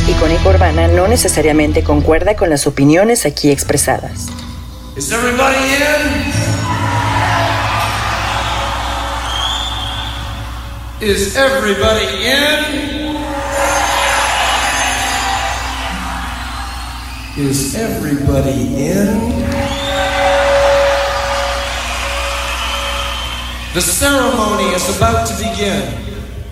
Icónica Urbana no necesariamente concuerda con las opiniones aquí expresadas. Is everybody in? Is everybody in? Is everybody in? The ceremony is about to begin.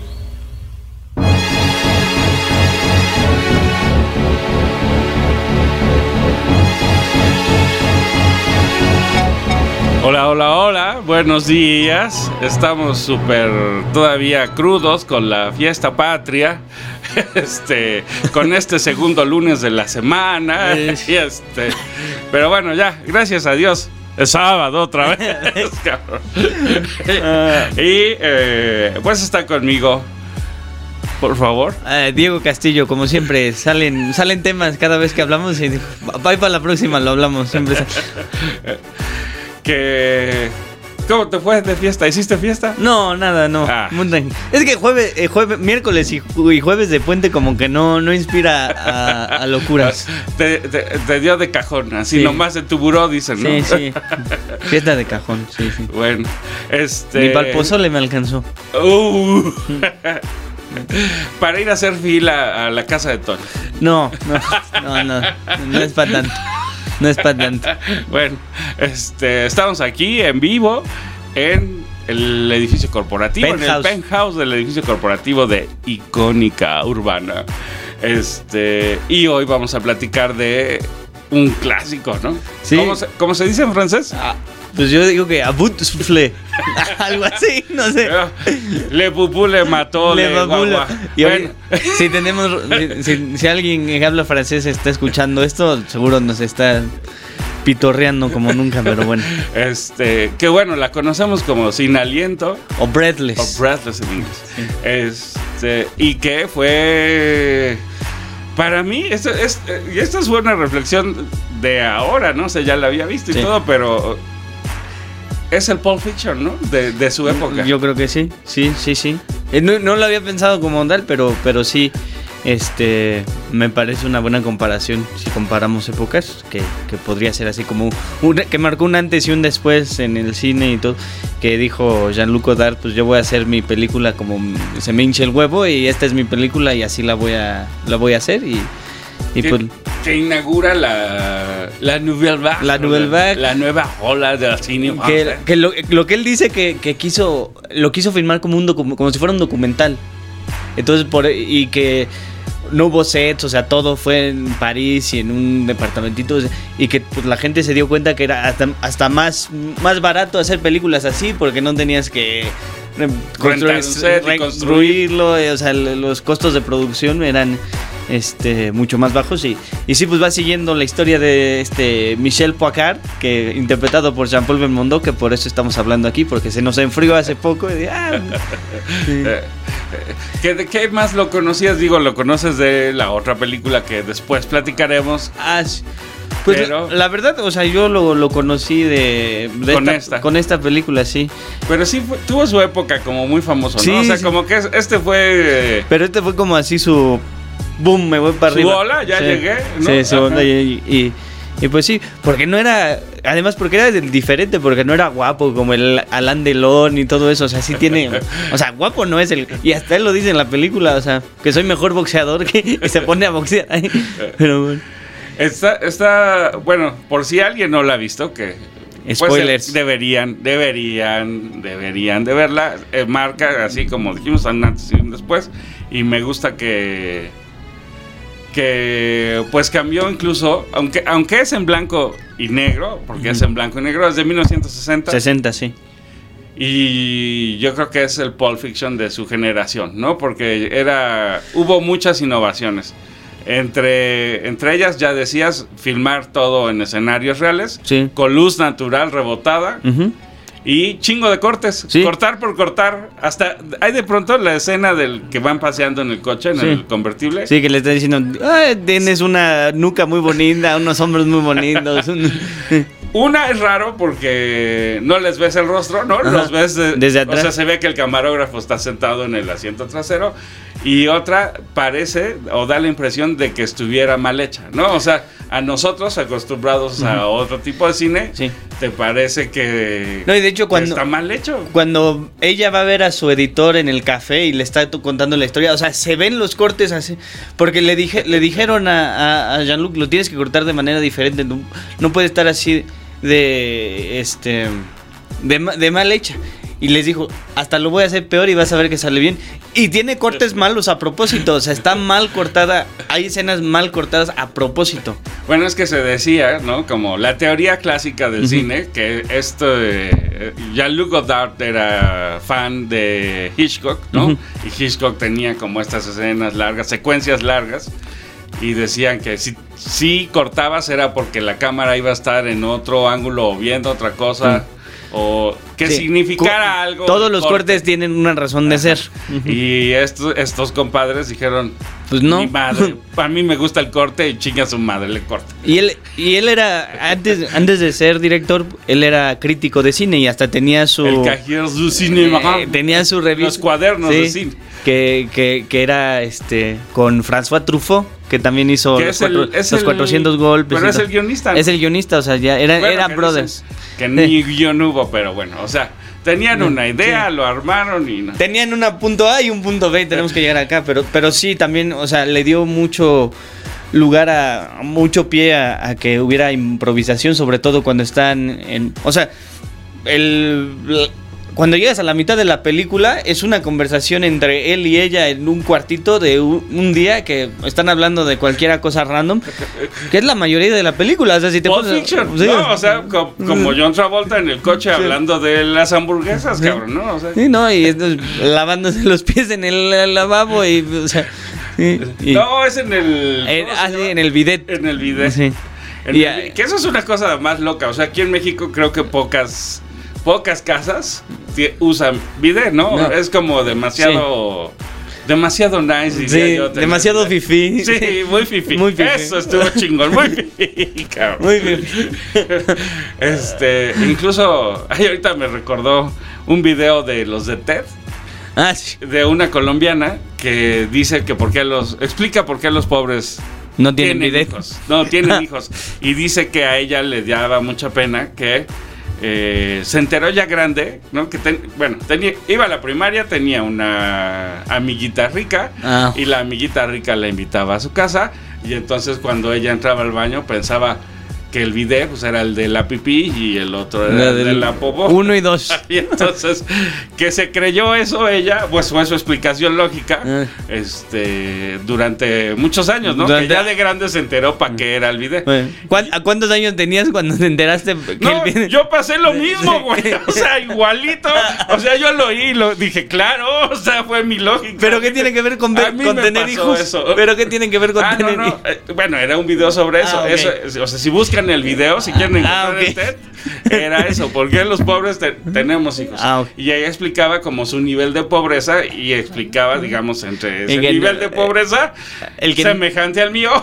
Hola, hola, hola, buenos días. Estamos súper todavía crudos con la fiesta patria. Con este segundo lunes de la semana. Pero bueno, ya, gracias a Dios. Es sábado otra vez, cabrón. Y pues está conmigo, por favor. Diego Castillo, como siempre, salen temas cada vez que hablamos y bye, para la próxima lo hablamos. Siempre ¿Cómo te fue de fiesta? ¿Hiciste fiesta? No, nada, no. Es que jueves, miércoles y jueves de puente como que no inspira a locuras. Te dio de cajón, así sí. Nomás en tu buró dicen, ¿no? Sí. Fiesta de cajón, sí. Bueno, Ni para el pozole me alcanzó. Para ir a hacer fila a la casa de Tony. No es para tanto. No es para tanto. Bueno, estamos aquí en vivo en el edificio corporativo, en el penthouse del edificio corporativo de Icónica Urbana. Y hoy vamos a platicar de un clásico, ¿no? Sí. ¿Cómo se dice en francés? Pues yo digo que a bout de soufflé. Algo así, no sé. Le pupú le mató, le guagua. Y bueno, si alguien habla francés está escuchando esto, seguro nos está pitorreando como nunca, pero bueno. Que bueno, la conocemos como Sin Aliento. O Breathless. O Breathless en inglés. Sí. Y que fue... Para mí, esto es una reflexión de ahora, ¿no? O sea, ya la había visto y todo, pero... Es el Pulp Fiction, ¿no? De su época. Yo creo que sí. No lo había pensado como tal, pero sí. Me parece una buena comparación si comparamos épocas, que podría ser así como que marcó un antes y un después en el cine y todo, que dijo Jean-Luc Godard, pues yo voy a hacer mi película como se me hinche el huevo y esta es mi película y así la voy a hacer y pues, que inaugura la Nouvelle Vague. La nueva ola del cine. Que lo que él dice que lo quiso filmar como si fuera un documental. Entonces y que no hubo sets, o sea, todo fue en París y en un departamentito, y que pues, la gente se dio cuenta que era hasta más barato hacer películas así porque no tenías que reconstruirlo, o sea, los costos de producción eran mucho más bajos y sí, pues va siguiendo la historia de Michel Poicard, que interpretado por Jean-Paul Belmondo, que por eso estamos hablando aquí, porque se nos enfrió hace poco y sí. ¿Qué más lo conocías? Digo, lo conoces de la otra película que después platicaremos. Sí. Pues pero, la verdad, o sea, yo lo conocí con esta película, sí. Pero sí tuvo su época como muy famoso, ¿no? Sí, o sea, sí. Como que fue... Pero fue como así su... Boom, me voy para arriba. Su ola, ya llegué, ¿no? Sí, su onda y pues sí, porque no era... Además, porque era diferente, porque no era guapo como el Alain Delon y todo eso. O sea, sí tiene... O sea, guapo no es el... Y hasta él lo dice en la película, o sea, que soy mejor boxeador que se pone a boxear. Pero bueno. Está... Bueno, por si alguien no la ha visto, que... Spoilers. Pues, deberían de verla. Marca, así como dijimos, un antes y un después. Y me gusta que pues cambió incluso, aunque es en blanco y negro, porque es en blanco y negro, es de 1960. 60, sí. Y yo creo que es el Pulp Fiction de su generación, ¿no? Porque hubo muchas innovaciones. Entre ellas, ya decías, filmar todo en escenarios reales, sí, con luz natural rebotada. Y chingo de cortes, sí, cortar por cortar. Hasta hay de pronto la escena del que van paseando en el coche, en el convertible. Sí, que le está diciendo, tienes una nuca muy bonita, unos hombros muy bonitos. Una es raro porque no les ves el rostro, ¿no? Ajá, los ves desde atrás. O sea, se ve que el camarógrafo está sentado en el asiento trasero. y otra parece o da la impresión de que estuviera mal hecha, ¿no? O sea, a nosotros acostumbrados a otro tipo de cine, Sí. te parece que, No, y de hecho que está mal hecho. Cuando ella va a ver a su editor en el café y le está contando la historia, o sea, se ven los cortes así, porque le dijeron a Jean-Luc, lo tienes que cortar de manera diferente, no puede estar así de mal hecha. Y les dijo, hasta lo voy a hacer peor y vas a ver que sale bien. Y tiene cortes malos a propósito, o sea, está mal cortada, hay escenas mal cortadas a propósito. Bueno, es que se decía, ¿no? Como la teoría clásica del cine, que Jean-Luc Godard era fan de Hitchcock, ¿no? Y Hitchcock tenía como estas escenas largas, secuencias largas, y decían que si cortabas era porque la cámara iba a estar en otro ángulo o viendo otra cosa. O que significara algo. Todos los cortes tienen una razón de ser. Y estos compadres dijeron, pues no. Mi madre, a mí me gusta el corte y chinga su madre, le corta. Y él era, antes de ser director, él era crítico de cine y hasta tenía su... El Cahiers du Cinéma. Tenía su revista. Los cuadernos de cine. Que era con François Truffaut, que también hizo los 400 golpes. Pero es el guionista, ¿no? Es el guionista, o sea, ya eran brothers. Que ni guión hubo, pero bueno, o sea, tenían una idea, lo armaron y no. Tenían una punto A y un punto B, tenemos que llegar acá, pero sí, también, o sea, le dio mucho lugar mucho pie a que hubiera improvisación, sobre todo cuando están o sea, cuando llegas a la mitad de la película es una conversación entre él y ella en un cuartito de un día que están hablando de cualquier cosa random, que es la mayoría de la película. O sea, si te Pulp Fiction, sí, no, o sea, como John Travolta en el coche hablando de las hamburguesas, cabrón, ¿no? O sea, sí, no, y lavándose los pies en el lavabo y, o sea, no, es en el... en el bidet. En el bidet. Sí. Que eso es una cosa más loca. O sea, aquí en México creo que pocas casas usan bidet, ¿no? Es como demasiado nice, diría yo. Demasiado fifí. Sí, muy fifí. Eso estuvo chingón, muy fifí, cabrón. Muy fifí. Incluso, ahorita me recordó un video de los de TED. Ah, sí. De una colombiana que dice que explica por qué los pobres no tienen hijos. No tienen hijos. Y dice que a ella le daba mucha pena que se enteró ya grande, ¿no? Que iba a la primaria, tenía una amiguita rica y la amiguita rica la invitaba a su casa y entonces cuando ella entraba al baño pensaba que el bidet pues era el de la pipí y el otro era el de la popó. 1 y 2. Y entonces, que se creyó eso ella, pues fue su explicación lógica, durante muchos años, ¿no? Que ya de grande se enteró para qué era el bidet. ¿A cuántos años tenías cuando te enteraste que no, el bidet? Yo pasé lo mismo, güey. O sea, igualito. O sea, yo lo oí y lo dije, claro, o sea, fue mi lógica. ¿Pero qué tiene que ver con tener hijos? Eso. ¿Pero qué tiene que ver con tener hijos? Bueno, era un video sobre eso. Okay. Eso. O sea, si buscan el video, si quieren encontrar el TED, era eso. ¿Por qué los pobres tenemos hijos? Okay. Y ella explicaba como su nivel de pobreza y explicaba, digamos, entre ese nivel de pobreza semejante al mío,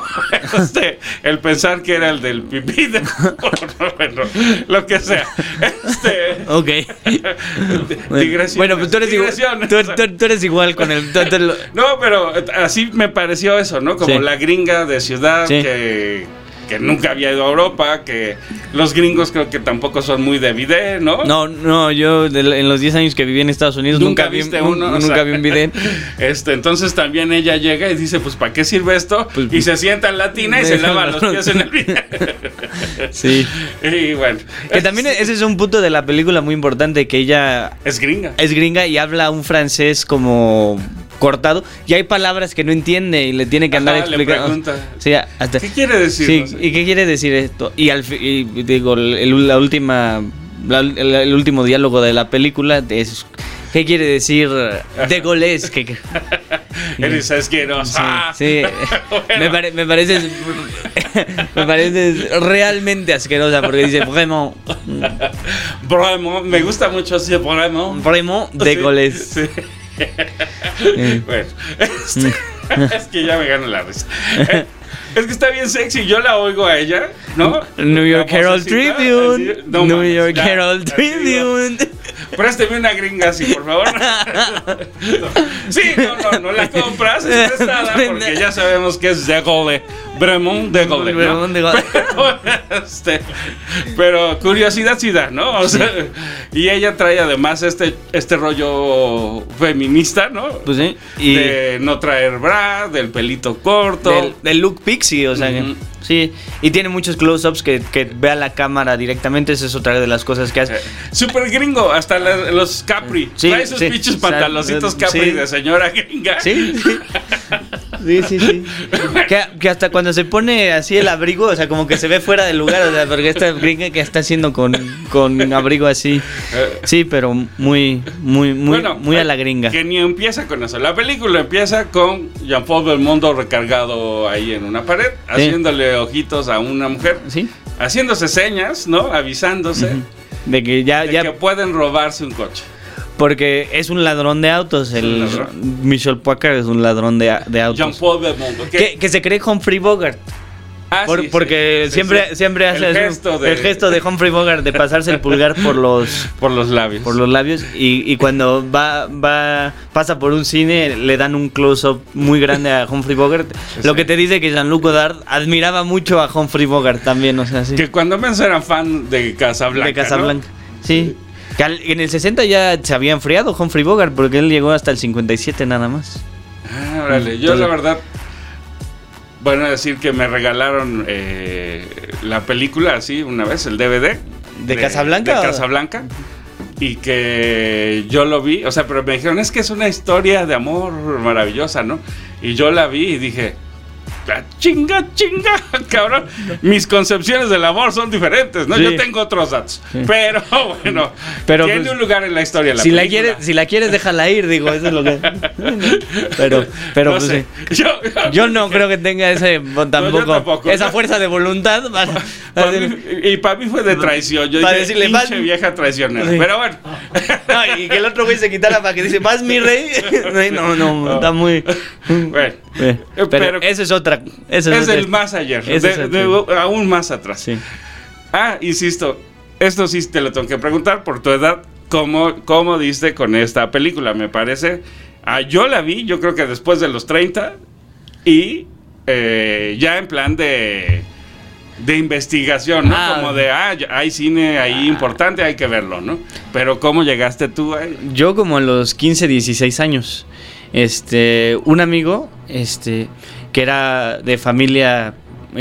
el pensar que era el del pipí bueno, lo que sea. Ok. Digresión. Bueno, pues tú eres igual con el... No, pero así me pareció eso, ¿no? Como la gringa de ciudad que nunca había ido a Europa, que los gringos creo que tampoco son muy de bidet, ¿no? No, yo en los 10 años que viví en Estados Unidos nunca vi un bidet. Entonces también ella llega y dice, pues ¿para qué sirve esto? Y se sienta en la tina y se lava los pies en el bidet. Sí. Y bueno. Que también ese es un punto de la película muy importante, que ella... Es gringa. Es gringa y habla un francés como... cortado y hay palabras que no entiende y le tiene que andar explicando. Le pregunta, sí, ¿qué quiere decir? Sí, no sé. ¿Y qué quiere decir esto? Y digo, el último diálogo de la película es ¿qué quiere decir de Gaules? Eres asquerosa. Sí. Bueno. me parece realmente asquerosa porque dice vraiment. Me gusta mucho así, vraiment de Gaules. Sí. Bueno, es que ya me gano la risa. Es que está bien sexy, yo la oigo a ella, ¿no? New York Herald Tribune. New York Herald Tribune. présteme una gringa así, por favor. Sí, no la compras, es prestada, porque ya sabemos que es de Gaulle, Bremont de Gaulle, ¿no? Pero curiosidad sí da, ¿no? O sea, y ella trae además este rollo feminista, ¿no? Pues sí. Y de no traer bra, del pelito corto. Del look pixie, o sea, sí. Y tiene muchos close-ups que ve a la cámara directamente, esa es otra de las cosas que hace. Súper gringo, hasta los Capri. Sí, trae sus pinches pantaloncitos Capri de señora gringa. Sí. Sí. Que hasta cuando se pone así el abrigo, o sea, como que se ve fuera del lugar, o sea, porque esta gringa que está haciendo con abrigo así. Sí, pero muy a la gringa. Que ni empieza con eso. La película empieza con Jean-Paul Belmondo recargado ahí en una pared, haciéndole ojitos a una mujer, haciéndose señas, ¿no? Avisándose de que ya que pueden robarse un coche. Porque es un ladrón de autos. Michel Packard es un ladrón de autos. Jean-Paul Belmondo. Que se cree Humphrey Bogart. Porque siempre hace el gesto de Humphrey Bogart de pasarse el pulgar por los labios. Y cuando pasa por un cine le dan un close-up muy grande a Humphrey Bogart. Lo que te dice que Jean-Luc Godard admiraba mucho a Humphrey Bogart también, o sea, sí. Que cuando menos eran fan de Casablanca. De Casablanca, ¿no? Sí. Que en el 60 ya se había enfriado Humphrey Bogart porque él llegó hasta el 57 nada más. Órale, yo la verdad, bueno, decir que me regalaron la película así una vez, el DVD de Casablanca. De Casablanca. Y que yo lo vi, o sea, pero me dijeron, es que es una historia de amor maravillosa, ¿no? Y yo la vi y dije, chinga, cabrón. Mis concepciones del amor son diferentes, ¿no? Sí. Yo tengo otros datos. Sí. Pero bueno, tiene pues, un lugar en la historia la película. Si la quieres, déjala ir, digo, eso es lo que. Pero no pues sé. Yo no creo que tenga ese tampoco esa fuerza de voluntad para mí fue de traición. Yo dije, decirle, pinche vieja traicionera. Sí. Pero bueno. No, y que el otro güey se quitara para que dice, vas mi rey. No, está muy. Bueno, pero esa es otra. Es el más ayer, aún más atrás. Sí. Insisto, esto sí te lo tengo que preguntar por tu edad. ¿Cómo diste con esta película? Me parece. Yo la vi, yo creo que después de los 30. Y ya en plan de investigación, ¿no? Como de, hay cine ahí importante, hay que verlo, ¿no? Pero ¿cómo llegaste tú ahí? Yo como a los 15, 16 años. Un amigo, que era de familia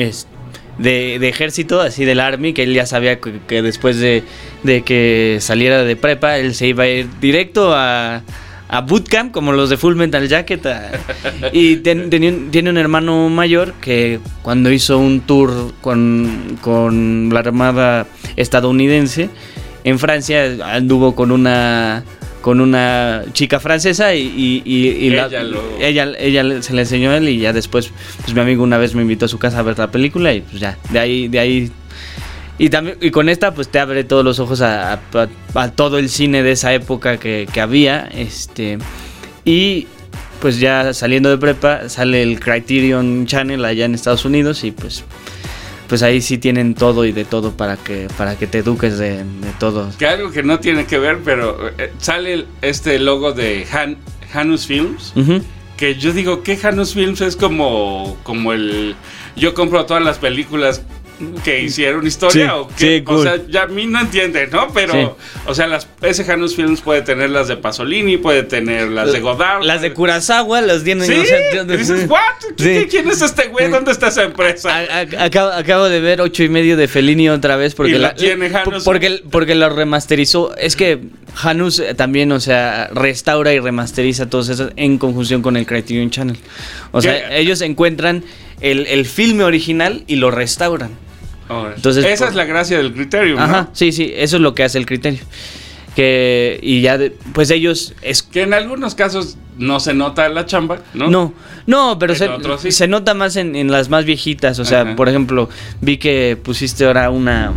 de ejército, así del Army, que él ya sabía que después de que saliera de prepa, él se iba a ir directo a bootcamp, como los de Full Metal Jacket. Y tiene un hermano mayor que cuando hizo un tour con la Armada estadounidense en Francia, anduvo con una chica francesa y ella se le enseñó a él, y ya después pues mi amigo una vez me invitó a su casa a ver la película, y pues ya de ahí y con esta pues te abre todos los ojos a todo el cine de esa época que había, y pues ya saliendo de prepa sale el Criterion Channel allá en Estados Unidos, y pues ahí sí tienen todo y de todo para que te eduques de todo. Que algo que no tiene que ver, pero sale este logo de Janus Films, que yo digo que Janus Films es como el... Yo compro todas las películas que hicieron historia, o que, cool. O sea, ya a mí no entienden, ¿no? Pero, o sea, ese Janus Films puede tener las de Pasolini, puede tener las de Godard, las de Kurosawa, las tienen. Sí, dices, ¿what? ¿Quién es este güey? ¿Dónde está esa empresa? Acabo de ver 8:30 de Fellini otra vez porque porque lo remasterizó. Es que Janus también, o sea, restaura y remasteriza todos esos en conjunción con el Criterion Channel. O sea, ellos encuentran el filme original y lo restauran. Entonces, esa es la gracia del Criterion, ¿no? Ajá, sí, eso es lo que hace el Criterion. Y ya, pues ellos... Es que en algunos casos no se nota la chamba, ¿no? No, pero se nota más en las más viejitas. O sea, por ejemplo, vi que pusiste ahora una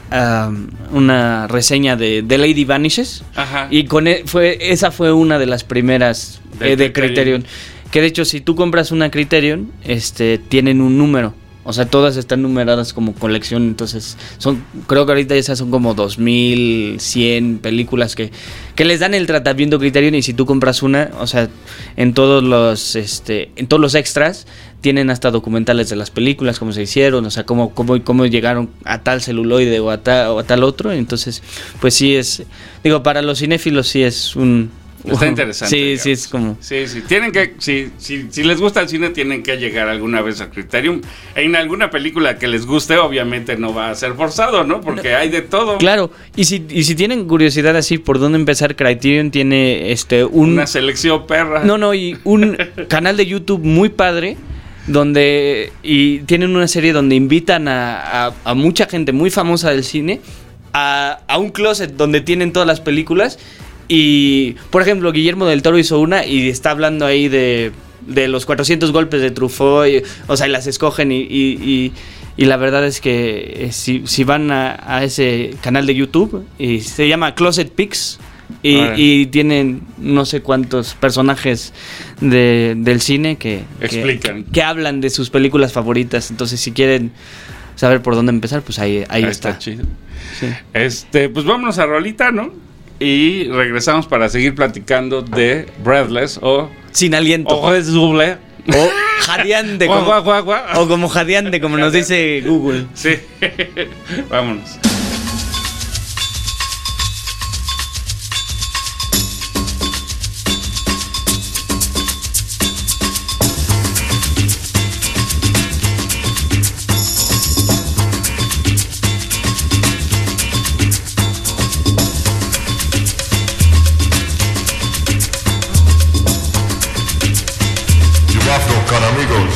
reseña de Lady Vanishes. Ajá. Y esa fue una de las primeras de Criterion. Que de hecho, si tú compras una Criterion, tienen un número. O sea, todas están numeradas como colección, entonces creo que ahorita esas son como 2100 películas que les dan el tratamiento Criterion, y si tú compras una, o sea, en todos los extras tienen hasta documentales de las películas, cómo se hicieron, o sea, cómo llegaron a tal celuloide o a tal otro. Entonces, pues sí para los cinéfilos sí es un... Está interesante. Sí, digamos. sí, es como... Sí, tienen que... Si les gusta el cine, tienen que llegar alguna vez a Criterion. En alguna película que les guste, obviamente no va a ser forzado, ¿no? Porque hay de todo. Claro, y si tienen curiosidad así por dónde empezar, Criterion tiene una selección perra. Y un canal de YouTube muy padre, y tienen una serie donde invitan a mucha gente muy famosa del cine a un closet donde tienen todas las películas. Y, por ejemplo, Guillermo del Toro hizo una y está hablando ahí de los 400 golpes de Truffaut, y las escogen y la verdad es que si van a ese canal de YouTube, y se llama Closet Picks, y tienen no sé cuántos personajes del cine que hablan de sus películas favoritas. Entonces, si quieren saber por dónde empezar, pues ahí está. Chido. Sí. Pues vámonos a rolita, ¿no? Y regresamos para seguir platicando de Breathless o Sin Aliento. O Redouble. O jadeante. O como jadeante, como nos dice Google. Sí. Vámonos. Con amigos.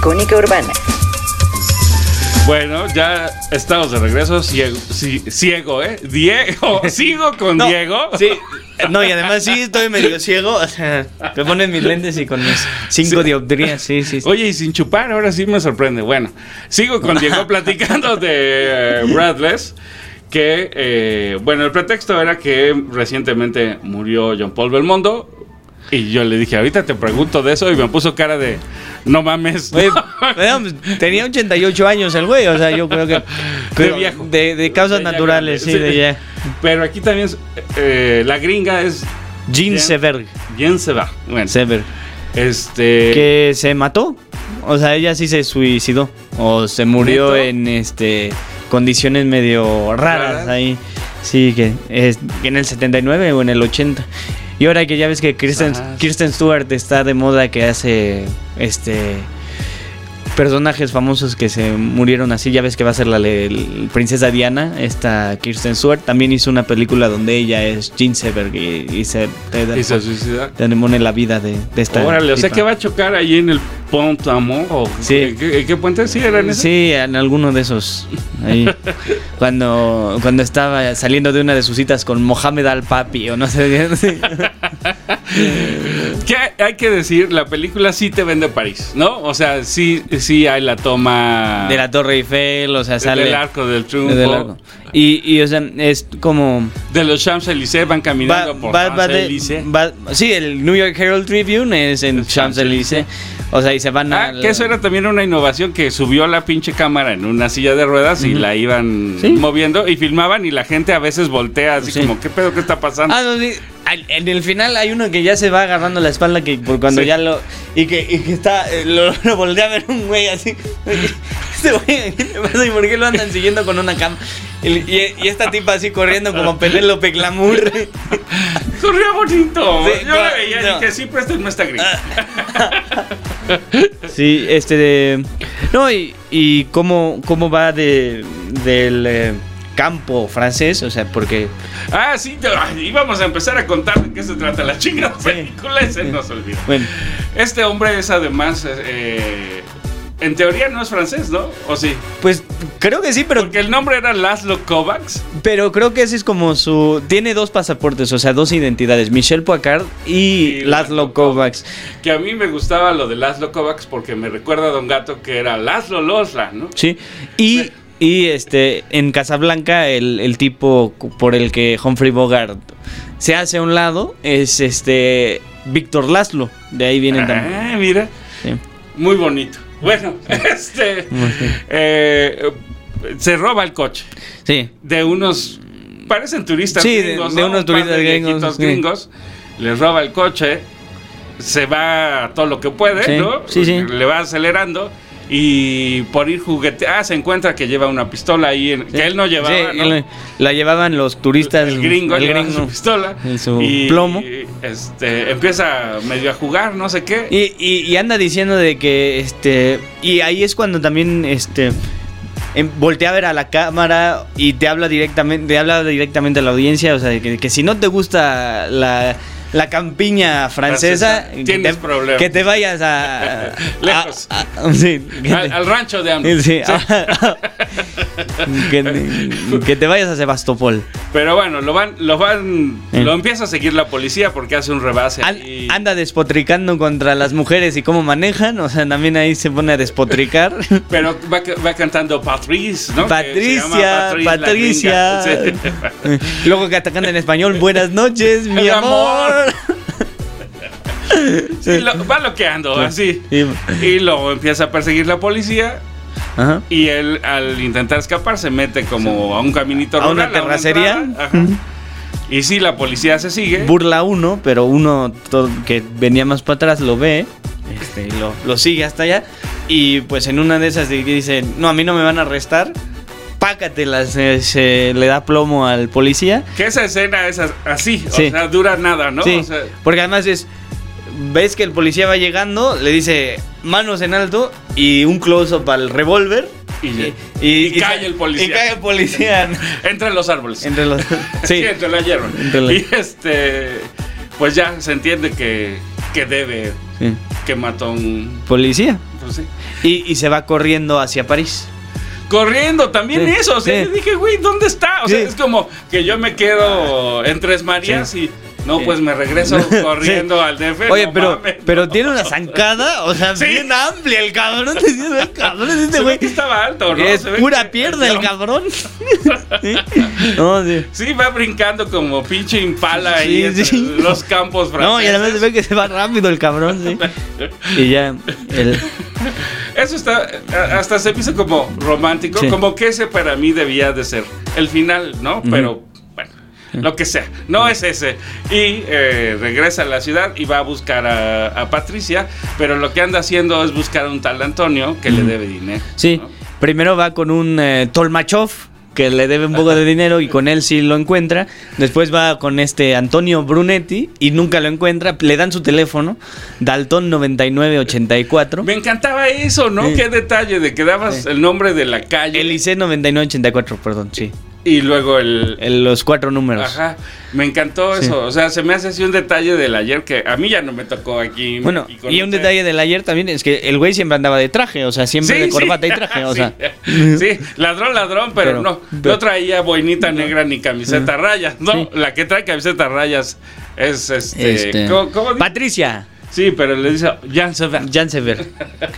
icónica urbana. Bueno, ya estamos de regreso. Ciego, ¿eh? Diego, sigo con No, Diego. Sí, no, y además sí estoy medio ciego. O sea, te ponen mis lentes y con mis 5 dioptrías, sí. Oye, y sin chupar, ahora sí me sorprende. Bueno, sigo con Diego platicando de Breathless. Que, bueno, el pretexto era que recientemente murió John Paul Belmondo. Y yo le dije, ahorita te pregunto de eso. Y me puso cara de, no mames. Oye, bueno, tenía 88 años el güey, o sea, yo creo que... De viejo. De causas naturales, sí, de ya. Pero aquí también la gringa es... Jean Seberg. Jean Seberg. Bueno, Seberg. Que se mató. O sea, ella sí se suicidó. O se murió ¿Neto? en condiciones medio raras ahí. Sí, que en el 79 o en el 80. Y ahora que ya ves que Kristen Stewart está de moda, que hace personajes famosos que se murieron así, ya ves que va a ser la princesa Diana, esta Kristen Stewart, también hizo una película donde ella es Jean Seberg y se suicida. te demone la vida de esta. Órale, o sea tipa. que va a chocar ahí en el Pont Amour. Sí. ¿Qué puente? Sí, era en ese. Sí, en alguno de esos. Ahí. cuando estaba saliendo de una de sus citas con Mohamed Al-Papi o no sé. ¿Qué hay que decir? La película sí te vende París, ¿no? O sea, sí hay la toma De la Torre Eiffel, o sea, sale del Arco del Triunfo. del arco. Y o sea, es como De los Champs-Élysées van caminando por Champs-Élysées. sí, el New York Herald Tribune es en Champs-Élysées. O sea, y se van a... que eso era también una innovación, que subió la pinche cámara en una silla de ruedas y la iban moviendo y filmaban, y la gente a veces voltea así como, ¿qué pedo? ¿Qué está pasando? No, sí. En el final hay uno que ya se va agarrando la espalda, que por cuando ya lo... Y que está... Lo voltea a ver un güey así. Este güey, ¿qué le pasa? ¿Y por qué lo andan siguiendo con una cama? Y esta tipa así corriendo como Penélope Glamour. Corría bonito. Sí, yo la veía y dije, sí, préstenme esta gringa. Sí, no, y cómo va del campo francés, o sea, porque... Sí, íbamos a empezar a contar de qué se trata la chingada película y se nos olvidó. Bueno. Este hombre es además, en teoría no es francés, ¿no? ¿O sí? Pues creo que sí, pero... Porque el nombre era Laszlo Kovacs. Pero creo que ese es como su... Tiene 2 pasaportes, o sea, 2 identidades. Michel Poicard y Laszlo Kovacs. Que a mí me gustaba lo de Laszlo Kovacs porque me recuerda a Don Gato, que era Laszlo Losla, ¿no? Sí, y en Casablanca el tipo por el que Humphrey Bogart se hace a un lado es Víctor Laszlo. De ahí vienen también. Mira. Sí. Muy bonito. Bueno, se roba el coche. Sí. De unos, parecen turistas gringos, de ¿no? unos turistas gringos. Les roba el coche, se va a todo lo que puede, ¿no? Sí. Le va acelerando y por ir se encuentra que lleva una pistola ahí, que él no llevaba, ¿no? La llevaban los turistas. El gringo llevaba su pistola. En su plomo. Empieza medio a jugar, no sé qué. Y anda diciendo de que y ahí es cuando también voltea a ver a la cámara y te habla directamente a la audiencia, o sea, que si no te gusta la campiña francesa, tienes problemas. que te vayas a lejos. Al rancho de AMLO. Sí. Que te vayas a Sebastopol. Pero bueno, lo empieza a seguir la policía porque hace un rebase. Anda despotricando contra las mujeres y cómo manejan, o sea, también ahí se pone a despotricar. Pero va cantando Patrice, ¿no? Patricia. Sí. Luego que atacan en español, buenas noches, mi amor. Sí, va bloqueando, así. Sí. Y luego empieza a perseguir la policía. Ajá. Y él, al intentar escapar, se mete como a un caminito rural, a una terracería. Y sí, la policía se sigue. Burla uno, pero uno que venía más para atrás lo ve, lo sigue hasta allá. Y pues en una de esas dice, no, a mí no me van a arrestar. Pácatelas, se le da plomo al policía. Que esa escena es así, sí. O sea, dura nada, ¿no? Sí, o sea, porque además ves que el policía va llegando, le dice manos en alto y un close-up al revólver. Y cae el policía. Y cae el policía. Entre los árboles. Sí, entre la hierba. Y pues ya se entiende que debe que mató a un... policía. Pues sí. Y se va corriendo hacia París. Corriendo, también Sí, eso. O sea, sí. yo dije, güey, ¿dónde está? O sea, Sí. es como que yo me quedo en Tres Marías y... No, pues me regreso corriendo al DF. Oye, no pero, mames, pero no. tiene una zancada, o sea, Sí. bien amplia el cabrón. El cabrón es Se este ve güey. que estaba alto, ¿no? Es Se ve pura que- pierna el cabrón. ¿Sí? No, sí. Sí, va brincando como pinche impala ahí Sí, entre sí. los campos franceses. No, y además se ve que se va rápido el cabrón, sí. Y ya, Eso está, hasta se me hizo como romántico, Sí. como que ese para mí debía de ser el final, ¿no? Pero, bueno, lo que sea, no es ese. Y regresa a la ciudad y va a buscar a Patricia, pero lo que anda haciendo es buscar a un tal Antonio que le debe dinero. sí. ¿no? Primero va con un Tolmachov que le debe un poco de dinero y con él sí lo encuentra. Después va con este Antonio Brunetti y nunca lo encuentra. Le dan su teléfono, Dalton 9984. Me encantaba eso, ¿no? Sí. Qué detalle de que dabas Sí. el nombre de la calle Elise 9984, perdón, sí. y luego Los 4 números. Ajá, me encantó Sí. eso. O sea, se me hace así un detalle del ayer que a mí ya no me tocó aquí. Bueno, con y un usted. detalle del ayer también es que el güey siempre andaba de traje, o sea, siempre de corbata y traje, o sí. sea. Sí, ladrón, pero no traía boinita negra ni camiseta a rayas. No, Sí. la que trae camiseta a rayas es ¿cómo dice? Patricia Sí, pero le dice Jan Sever. Jansever.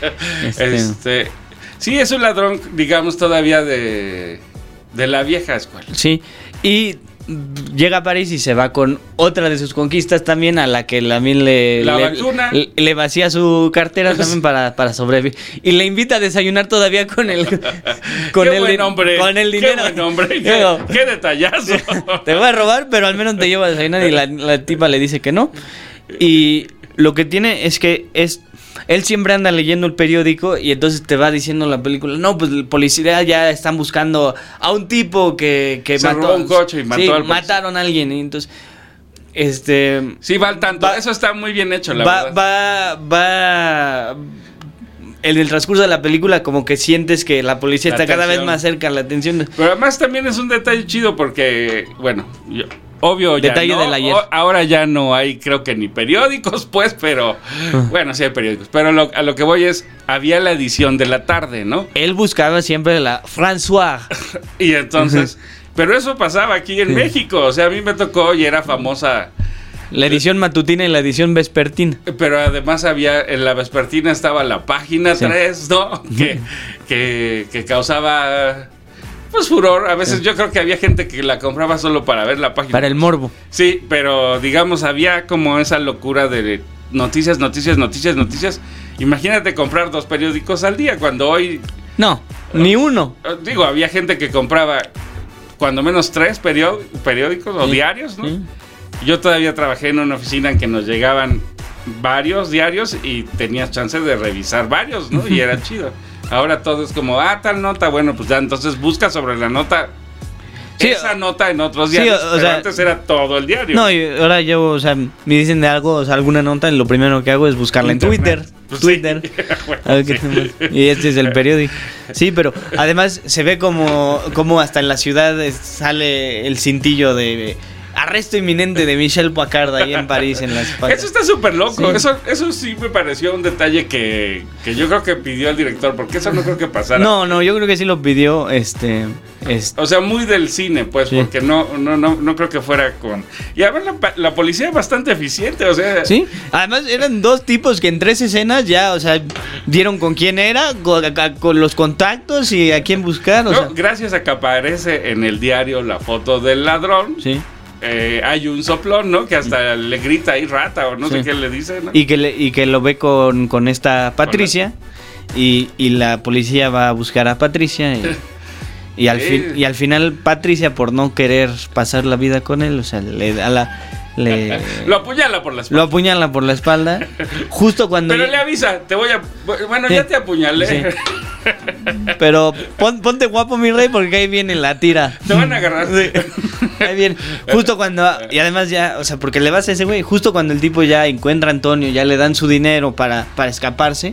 Sí, es un ladrón, digamos, todavía de la vieja escuela. Sí, y llega a París y se va con otra de sus conquistas también, a la que también La vacuna. le vacía su cartera también para sobrevivir. Y le invita a desayunar todavía con el Qué buen hombre. con el dinero. Qué buen hombre. Digo, Qué detallazo. te voy a robar, pero al menos te llevo a desayunar. Y la tipa le dice que no. Y lo que tiene es que él siempre anda leyendo el periódico y entonces te va diciendo la película, no, pues el policía ya están buscando a un tipo que Se robó un coche y mató sí, al policía. mataron a alguien. Y entonces, Sí, va al tanto. Va- Eso está muy bien hecho, la verdad. va en el transcurso de la película como que sientes que la policía La está cada vez atención. más cerca, la atención. Pero además también es un detalle chido porque, bueno, obvio ya Detalle no. del ayer. Ahora ya no hay, creo que ni periódicos, pues, pero bueno, sí hay periódicos. Pero a lo que voy es, había la edición de la tarde, ¿no? Él buscaba siempre la François. Y entonces, pero eso pasaba aquí en México. O sea, a mí me tocó y era famosa. La edición matutina y la edición vespertina. Pero además había, en la vespertina estaba la página Sí. 3, ¿no? Que causaba, pues, furor. A veces yo creo que había gente que la compraba solo para ver la página. Para el morbo. Sí, pero digamos, había como esa locura de noticias. Imagínate comprar 2 periódicos al día, cuando hoy, No, ni uno. digo, había gente que compraba cuando menos 3 periódicos o Sí. diarios, ¿no? Sí. Yo todavía trabajé en una oficina en que nos llegaban varios diarios y tenías chance de revisar varios, ¿no? Y era chido. Ahora todo es como, tal nota, bueno, pues ya entonces busca sobre la nota. Sí, esa nota en otros sí, diarios, o pero sea, antes era todo el diario. No, y ahora yo, o sea, me dicen de algo, o sea, alguna nota, y lo primero que hago es buscarla en Internet. Twitter. Pues Twitter. sí. Bueno, A ver qué sí. tenemos. Y este es el periódico. Sí, pero además se ve como hasta en la ciudad sale el cintillo de arresto inminente de Michel Pacard ahí en París, en las Eso está súper loco. Sí. Eso sí me pareció un detalle que yo creo que pidió el director, porque eso no creo que pasara. No, yo creo que sí lo pidió, O sea, muy del cine, pues, Sí. porque no creo que fuera con... Y a ver, la policía es bastante eficiente, o sea... Sí, además eran 2 tipos que en 3 escenas ya, o sea, dieron con quién era, con los contactos y a quién buscar, o No, sea. gracias a que aparece en el diario la foto del ladrón, Sí. hay un soplón, ¿no? Que hasta le grita ahí rata o no sé Sí. qué le dice, ¿no? Y que lo ve con esta Patricia y la policía va a buscar a Patricia y al final Patricia, por no querer pasar la vida con él, o sea, Lo apuñala por la lo espalda. apuñala por la espalda justo cuando Pero le avisa, bueno, Sí. ya te apuñalé. Sí. Pero ponte guapo, mi rey, porque ahí viene la tira. Te van a agarrar. Sí. Ahí viene. Justo cuando. Y además ya, o sea, porque le vas a ese güey. Justo cuando el tipo ya encuentra a Antonio, ya le dan su dinero para escaparse.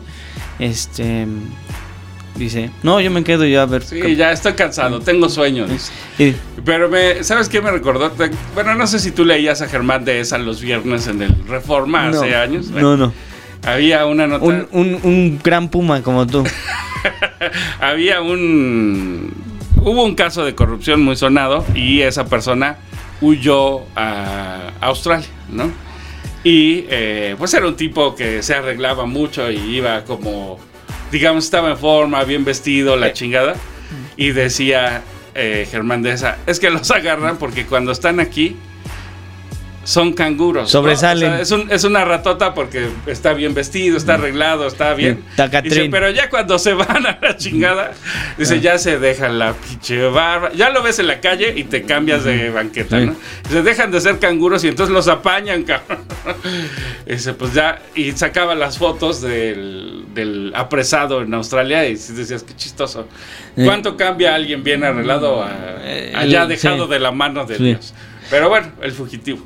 Dice: No, yo me quedo yo a ver. Sí, ya estoy cansado, tengo sueño. Dice. Y- Pero ¿sabes qué me recordó? Bueno, no sé si tú leías a Germán Dehesa los viernes en el Reforma hace años. No. Había una nota. Un gran puma como tú. Hubo un caso de corrupción muy sonado y esa persona huyó a Australia, ¿no? Y pues era un tipo que se arreglaba mucho y iba como, digamos, estaba en forma, bien vestido, la chingada. Y decía Germán Deza, es que los agarran porque cuando están aquí son canguros. Sobresalen. ¿no? O sea, es una ratota porque está bien vestido, está arreglado, está bien. Dice, pero ya cuando se van a la chingada, dice, ya se dejan la pinche barba. Ya lo ves en la calle y te cambias de banqueta, ¿no? Dice, dejan de ser canguros y entonces los apañan, cabrón. Dice, pues ya, y sacaba las fotos del apresado en Australia y decías, qué chistoso. ¿Cuánto cambia alguien bien arreglado allá dejado de la mano de Dios? Pero bueno, el fugitivo.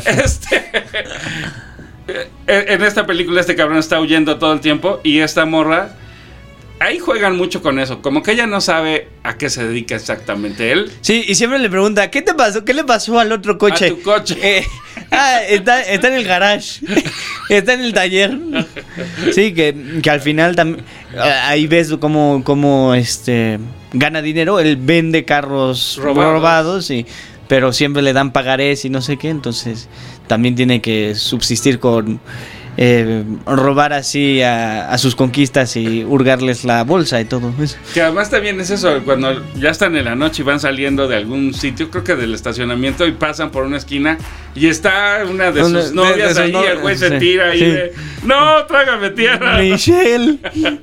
En esta película este cabrón está huyendo todo el tiempo y esta morra, ahí juegan mucho con eso, como que ella no sabe a qué se dedica exactamente él. Sí, y siempre le pregunta, ¿qué te pasó? ¿Qué le pasó al otro coche? A tu coche. Está en el garage, está en el taller. Sí, que al final también ahí ves cómo gana dinero. Él vende carros robados pero siempre le dan pagarés y no sé qué, entonces también tiene que subsistir con robar así a sus conquistas y hurgarles la bolsa y todo eso. Que además también es eso, cuando ya están en la noche y van saliendo de algún sitio, creo que del estacionamiento, y pasan por una esquina y está una de sus novias ahí, el güey se tira ahí de, no, trágame tierra. Michelle.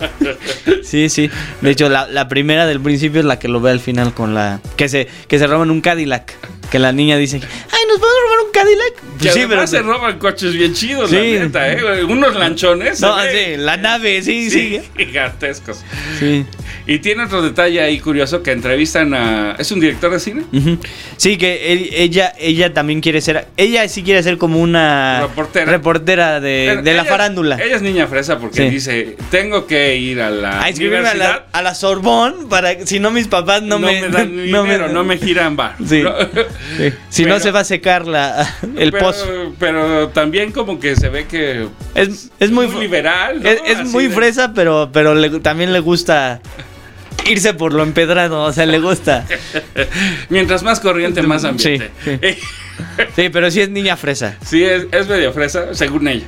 Sí. De hecho, la primera del principio es la que lo ve al final con la... Que se roban un Cadillac. Que la niña dice, ay, ¿nos podemos robar un Cadillac? Que sí, además se roban coches bien chidos, la neta, unos lanchones. No, sí, la nave, sí. Gigantescos. Sí. Y tiene otro detalle ahí curioso, que entrevistan a... ¿Es un director de cine? Uh-huh. Sí, que ella también quiere ser... Ella sí quiere ser como una... Reportera de la farándula. Ella es niña fresa porque dice, tengo que ir a la universidad. A la Sorbonne, para si no mis papás no me dan dinero, no me giran bar. Sí. Sí. Si no se va a secar el pozo. Pero también como que se ve que es muy liberal, ¿no? Es muy fresa, pero también le gusta irse por lo empedrado, o sea, le gusta. Mientras más corriente, más ambiente. Sí, pero sí es niña fresa. Sí, es medio fresa, según ella.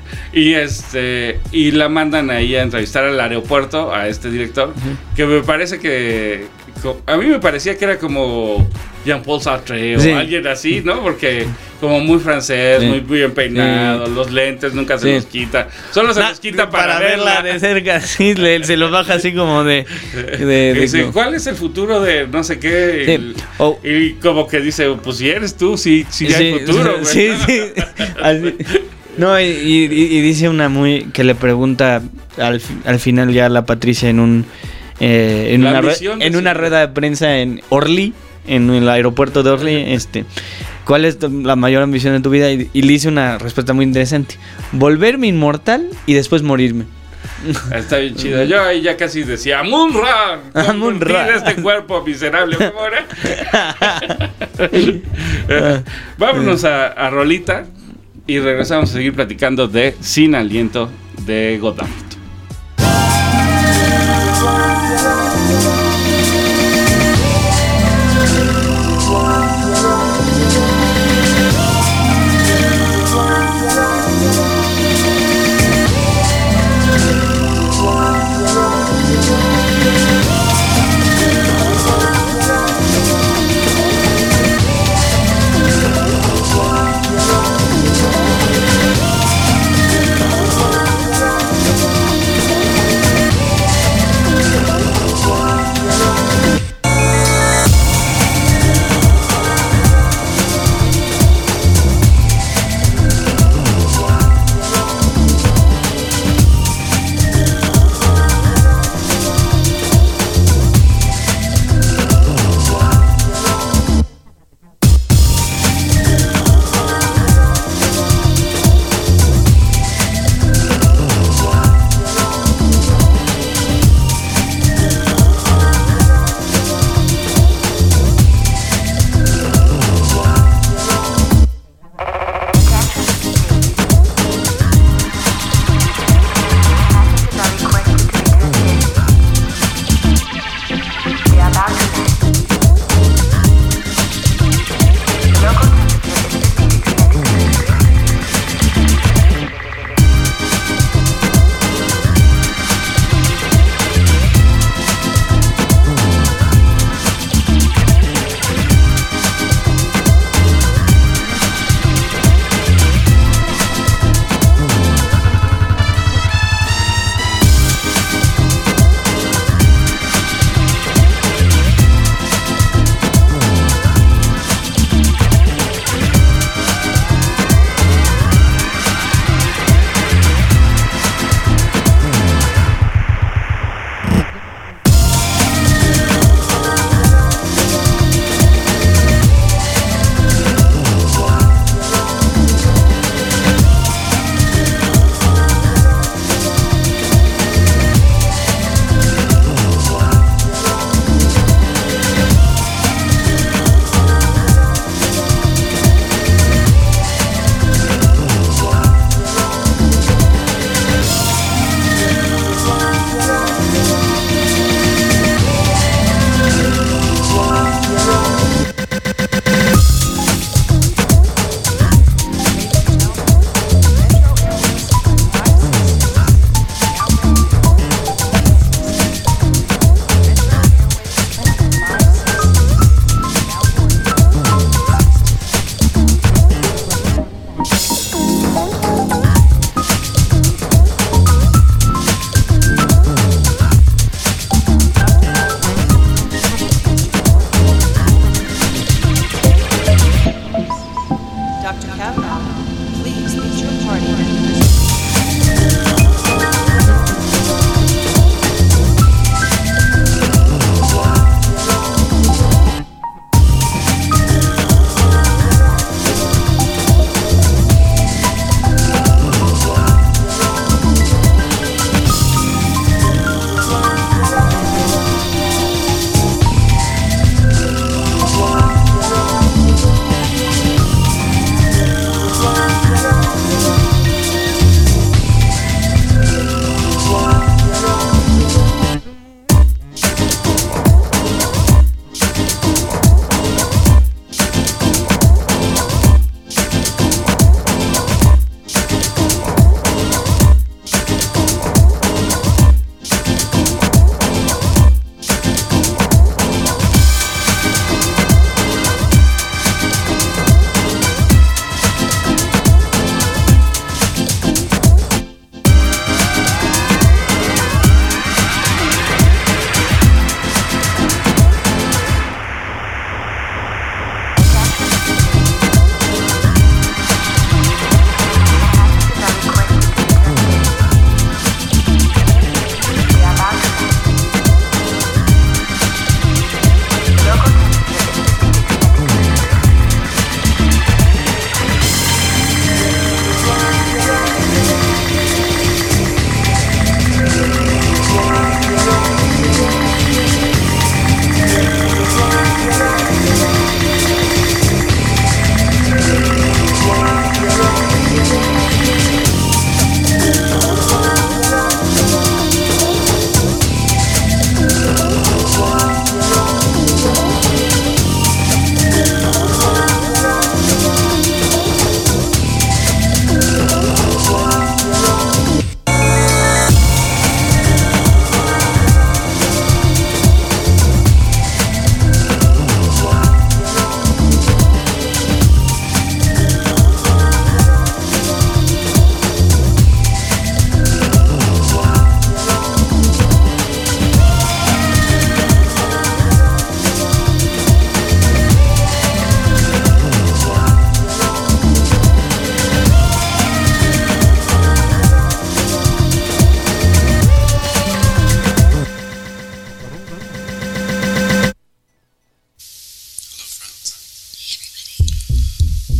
Y la mandan ahí a entrevistar al aeropuerto a este director, que me parece que... A mí me parecía que era como Jean-Paul Sartre o alguien así, ¿no? Porque como muy francés, muy bien peinado, los lentes nunca se los quita. Solo se los quita para verla de cerca, sí, se los baja así como de dice, ¿cuál es el futuro de no sé qué? Y como que dice, pues si eres tú, sí hay futuro, güey. Sí. Así. No, y dice una que le pregunta al final ya a la Patricia en una rueda de prensa en Orly, en el aeropuerto de Orly, ¿cuál es la mayor ambición de tu vida? Y le hice una respuesta muy interesante: volverme inmortal y después morirme. Está bien chido. Yo ahí ya casi decía Munra, convertir este cuerpo miserable. Vámonos a rolita y regresamos a seguir platicando de Sin Aliento de Godard.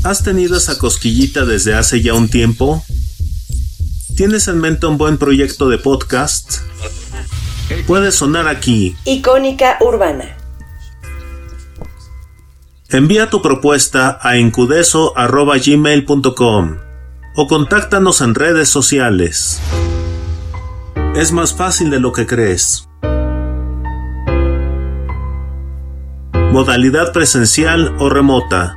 ¿Has tenido esa cosquillita desde hace ya un tiempo? ¿Tienes en mente un buen proyecto de podcast? Puede sonar aquí. Icónica Urbana. Envía tu propuesta a encudeso@gmail.com o contáctanos en redes sociales. Es más fácil de lo que crees. Modalidad presencial o remota.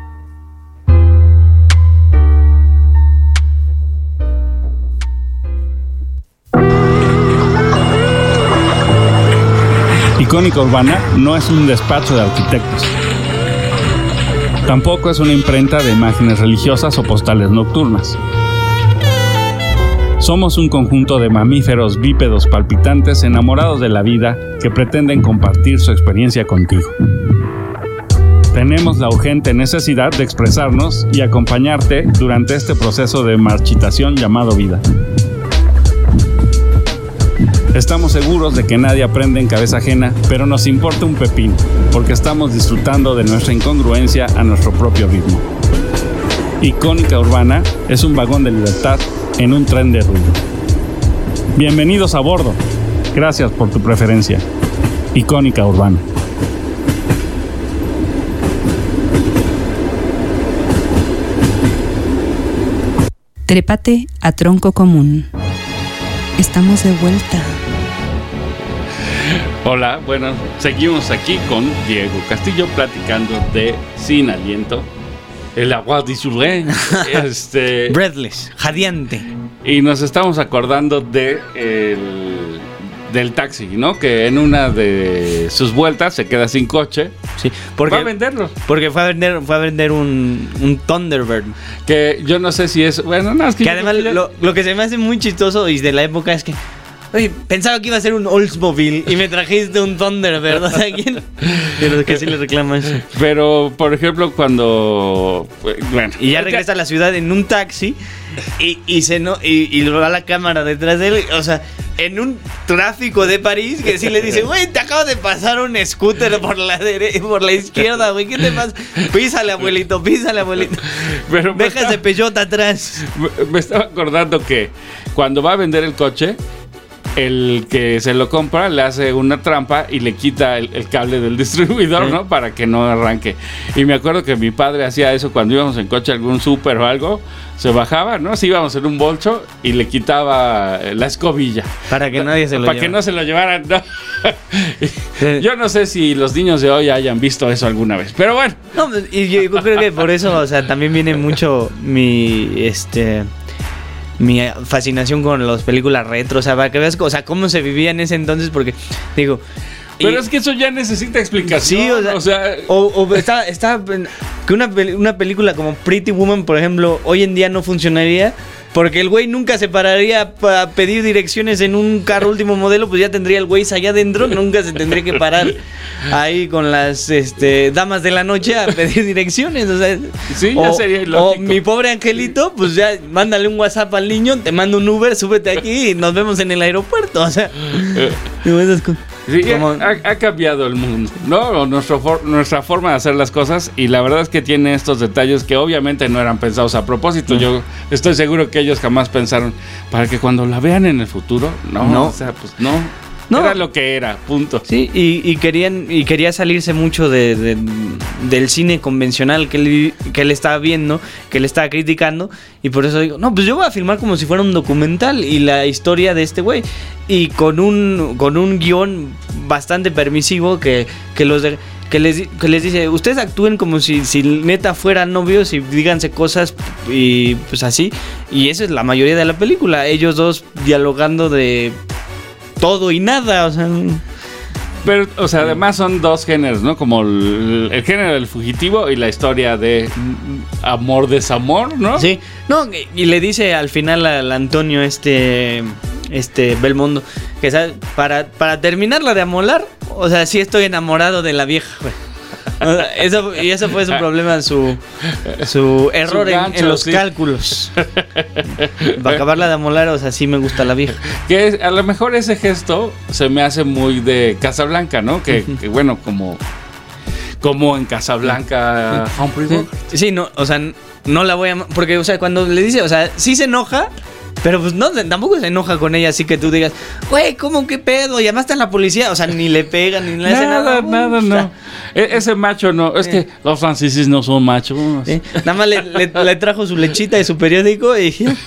Icónica Urbana no es un despacho de arquitectos. Tampoco es una imprenta de imágenes religiosas o postales nocturnas. Somos un conjunto de mamíferos bípedos palpitantes enamorados de la vida que pretenden compartir su experiencia contigo. Tenemos la urgente necesidad de expresarnos y acompañarte durante este proceso de marchitación llamado vida. Estamos seguros de que nadie aprende en cabeza ajena, pero nos importa un pepino, porque estamos disfrutando de nuestra incongruencia a nuestro propio ritmo. Icónica Urbana es un vagón de libertad en un tren de ruido. Bienvenidos a bordo. Gracias por tu preferencia. Icónica Urbana. Trépate a tronco común. Estamos de vuelta. Hola, bueno, seguimos aquí con Diego Castillo platicando de Sin Aliento, el agua de Jourdain, Breathless, jadeante. y nos estamos acordando del taxi, ¿no? Que en una de sus vueltas se queda sin coche. Sí, porque va a venderlo. Porque fue a vender un Thunderbird. Que yo no sé si es... Bueno, no, es que además lo que se me hace muy chistoso y de la época es que... Oye, pensaba que iba a ser un Oldsmobile y me trajiste un Thunderbird. O sea, ¿quién? Pero que sí le reclama eso. Pero, por ejemplo, cuando... Bueno, y ya regresa a la ciudad en un taxi y lo va la cámara detrás de él. O sea, en un tráfico de París que sí le dice, güey, te acaba de pasar un scooter por la izquierda, güey, ¿qué te pasa? Písale, abuelito, písale, abuelito. Pero deja ese Peugeot atrás. Me estaba acordando que cuando va a vender el coche, el que se lo compra le hace una trampa y le quita el cable del distribuidor, ¿no? Para que no arranque. Y me acuerdo que mi padre hacía eso cuando íbamos en coche a algún súper o algo. Se bajaba, ¿no? Si íbamos en un bolso y le quitaba la escobilla. Para que nadie se lo llevara. Para que no se lo llevaran, ¿no? Yo no sé si los niños de hoy hayan visto eso alguna vez, pero bueno. No, y yo creo que por eso, o sea, también viene mucho mi fascinación con las películas retro, o sea, para que veas, o sea, cómo se vivía en ese entonces, porque, digo... Pero es que eso ya necesita explicación. Sí, está que una película como Pretty Woman, por ejemplo, hoy en día no funcionaría, porque el güey nunca se pararía para pedir direcciones en un carro último modelo, pues ya tendría el güey allá adentro, nunca se tendría que parar ahí con las damas de la noche a pedir direcciones, o sea, sí, ya sería ilógico. O mi pobre angelito, pues ya mándale un WhatsApp al niño, te mando un Uber, súbete aquí y nos vemos en el aeropuerto, o sea, sí, ha cambiado el mundo, ¿no? Nuestra forma de hacer las cosas, y la verdad es que tiene estos detalles que obviamente no eran pensados a propósito. Yo estoy seguro que ellos jamás pensaron para que cuando la vean en el futuro, no. O sea, pues no. Era lo que era, punto. Sí, y quería salirse mucho del cine convencional que él estaba viendo, que él estaba criticando, y por eso digo, no, pues yo voy a filmar como si fuera un documental y la historia de este güey, y con un guión bastante permisivo que les dice, ustedes actúen como si neta fueran novios y díganse cosas y pues así, y esa es la mayoría de la película, ellos dos dialogando de todo y nada, o sea. Pero, o sea, además son dos géneros, ¿no? Como el género del fugitivo y la historia de amor-desamor, ¿no? Sí, no, y le dice al final al Antonio Belmondo que, ¿sabes? Para terminarla de amolar, o sea, sí estoy enamorado de la vieja, güey. O sea, eso fue su problema, su error gancho, en los cálculos. Para acabarla de amolar, o sea, sí me gusta la vieja. Que a lo mejor ese gesto se me hace muy de Casablanca, ¿no? Que bueno, como como en Casablanca Humphrey Bogart. Sí, no, o sea, no la voy a... Porque, o sea, cuando le dice, o sea, sí se enoja, pero pues no, tampoco se enoja con ella, así que tú digas, güey, ¿cómo qué pedo? Llamaste a la policía, o sea, ni le pega, ni le hace nada. Nada, no. Ese macho no, es que los franceses no son machos. Sí. Nada más le trajo su lechita y su periódico y... Sí.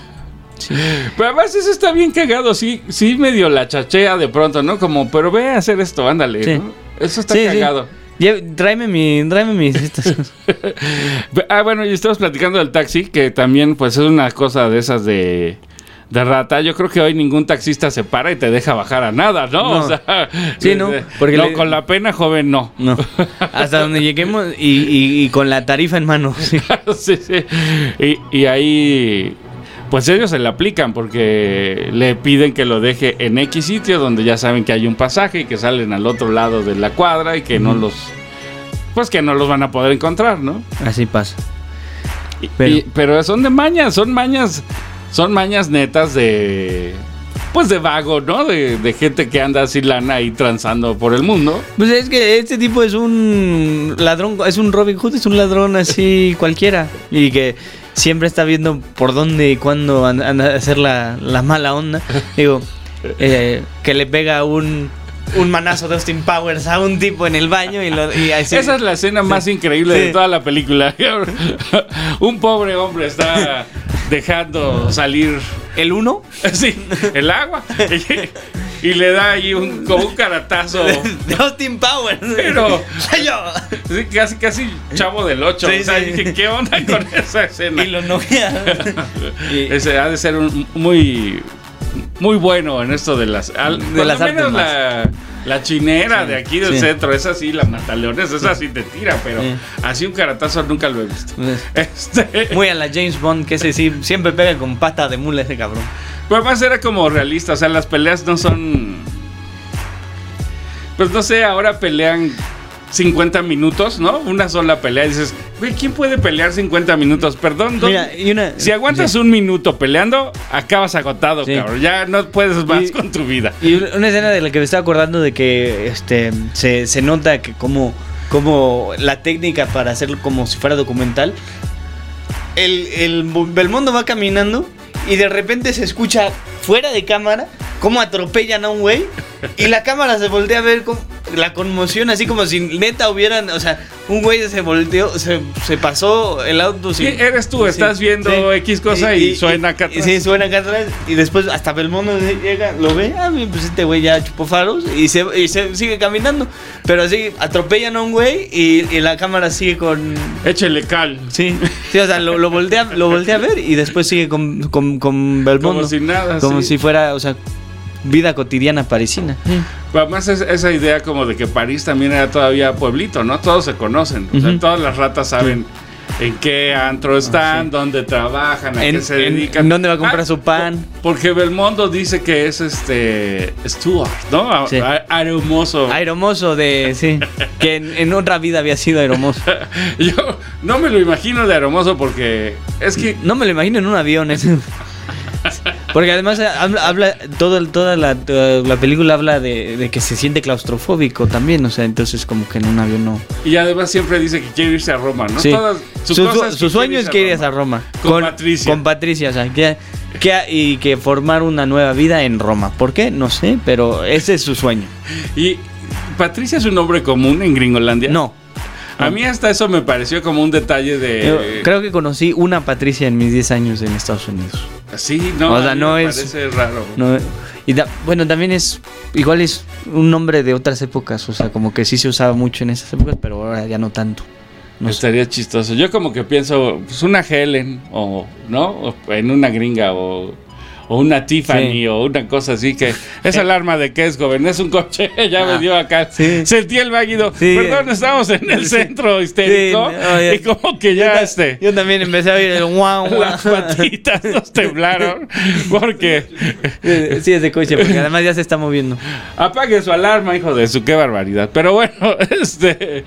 Pero además eso está bien cagado, sí medio la chachea de pronto, ¿no? Como, pero ve a hacer esto, ándale, sí. ¿no? Eso está cagado. Sí. Tráeme mis estas cosas. Bueno, y estamos platicando del taxi, que también pues es una cosa de esas de rata. Yo creo que hoy ningún taxista se para y te deja bajar a nada, ¿no? No. O sea, sí, ¿no? Porque no, con la pena, joven, no. No. Hasta donde lleguemos y con la tarifa en mano. Sí, sí. Y ahí... Pues ellos se le aplican porque le piden que lo deje en X sitio donde ya saben que hay un pasaje y que salen al otro lado de la cuadra y que no los... Pues que no los van a poder encontrar, ¿no? Así pasa. Pero son de mañas, son mañas netas de... Pues de vago, ¿no? De gente que anda así lana ahí transando por el mundo. Pues es que este tipo es un ladrón, es un Robin Hood, es un ladrón así cualquiera. Y que siempre está viendo por dónde y cuándo anda a hacer la mala onda. Digo, que le pega un manazo de Austin Powers a un tipo en el baño y así. Esa es la escena más increíble de toda la película. Un pobre hombre está dejando salir ¿el uno? Sí, el agua. Y le da ahí como un caratazo de Austin Powers. Pero soy yo. Sí, casi Chavo del 8. Sí, o sea, sí. Dije, ¿qué onda con esa escena? Y lo novia. Ese ha de ser muy bueno en esto de las artes más. La chinera de aquí del Sí. centro, esa sí, la mataleones, esa sí te tira, pero así un caratazo nunca lo he visto. Muy a la James Bond, que ese sí, siempre pega con pata de mula ese cabrón. Pero además era como realista, o sea, las peleas no son... Pues no sé, ahora pelean 50 minutos, ¿no? Una sola pelea. Y dices, güey, ¿quién puede pelear 50 minutos? Perdón, Mira, si aguantas un minuto peleando, acabas agotado, cabrón. Ya no puedes más con tu vida. Y una escena de la que me estaba acordando de que se nota que como la técnica para hacerlo como si fuera documental. El Belmondo va caminando y de repente se escucha fuera de cámara cómo atropellan a un güey y la cámara se voltea a ver la conmoción, así como si neta hubieran, o sea, un güey se volteó, se pasó el auto. Sí, eres tú, estás viendo X cosa y suena acá atrás. Sí, suena acá atrás y después hasta Belmondo llega, lo ve, pues este güey ya chupó faros y se sigue caminando, pero así atropellan a un güey y la cámara sigue con... Échele cal. Sí, o sea, lo voltea a ver y después sigue con Belmondo. Como si nada, como si fuera, o sea, vida cotidiana parisina. Pero además esa idea como de que París también era todavía pueblito, ¿no? Todos se conocen, o sea, todas las ratas saben en qué antro están, dónde trabajan, a qué se dedican. ¿Dónde va a comprar su pan? Porque Belmondo dice que es Stuart, ¿no? Sí. Aeromozo. Aeromozo sí. Que en otra vida había sido aeromozo. Yo no me lo imagino de aeromozo porque es que... No me lo imagino en un avión eso. Porque además habla toda la película habla de que se siente claustrofóbico también, o sea, entonces como que en un avión no. Y además siempre dice que quiere irse a Roma, ¿no? Sí. Su sueño es que irse a Roma. Con Patricia. Con Patricia, o sea, y que formar una nueva vida en Roma. ¿Por qué? No sé, pero ese es su sueño. ¿Y Patricia es un nombre común en Gringolandia? No. A mí hasta eso me pareció como un detalle de... Yo creo que conocí una Patricia en mis 10 años en Estados Unidos. Sí, no, o sea, no me es... parece raro. No, bueno, también igual es un nombre de otras épocas, o sea, como que sí se usaba mucho en esas épocas, pero ahora ya no tanto. No Estaría chistoso. Yo como que pienso, pues una Helen, o ¿no? O en una gringa, o una Tiffany, o una cosa así que... ¿Esa alarma de qué es, joven? Es un coche, ya me dio acá. Sí. Sentí el váguido. Sí. Perdón, estamos en el centro histérico. Sí, y como que ya Yo también empecé a oír el guau, guau. Las patitas nos temblaron. Porque... Sí, ese coche, porque además ya se está moviendo. Apague su alarma, hijo de su, qué barbaridad. Pero bueno,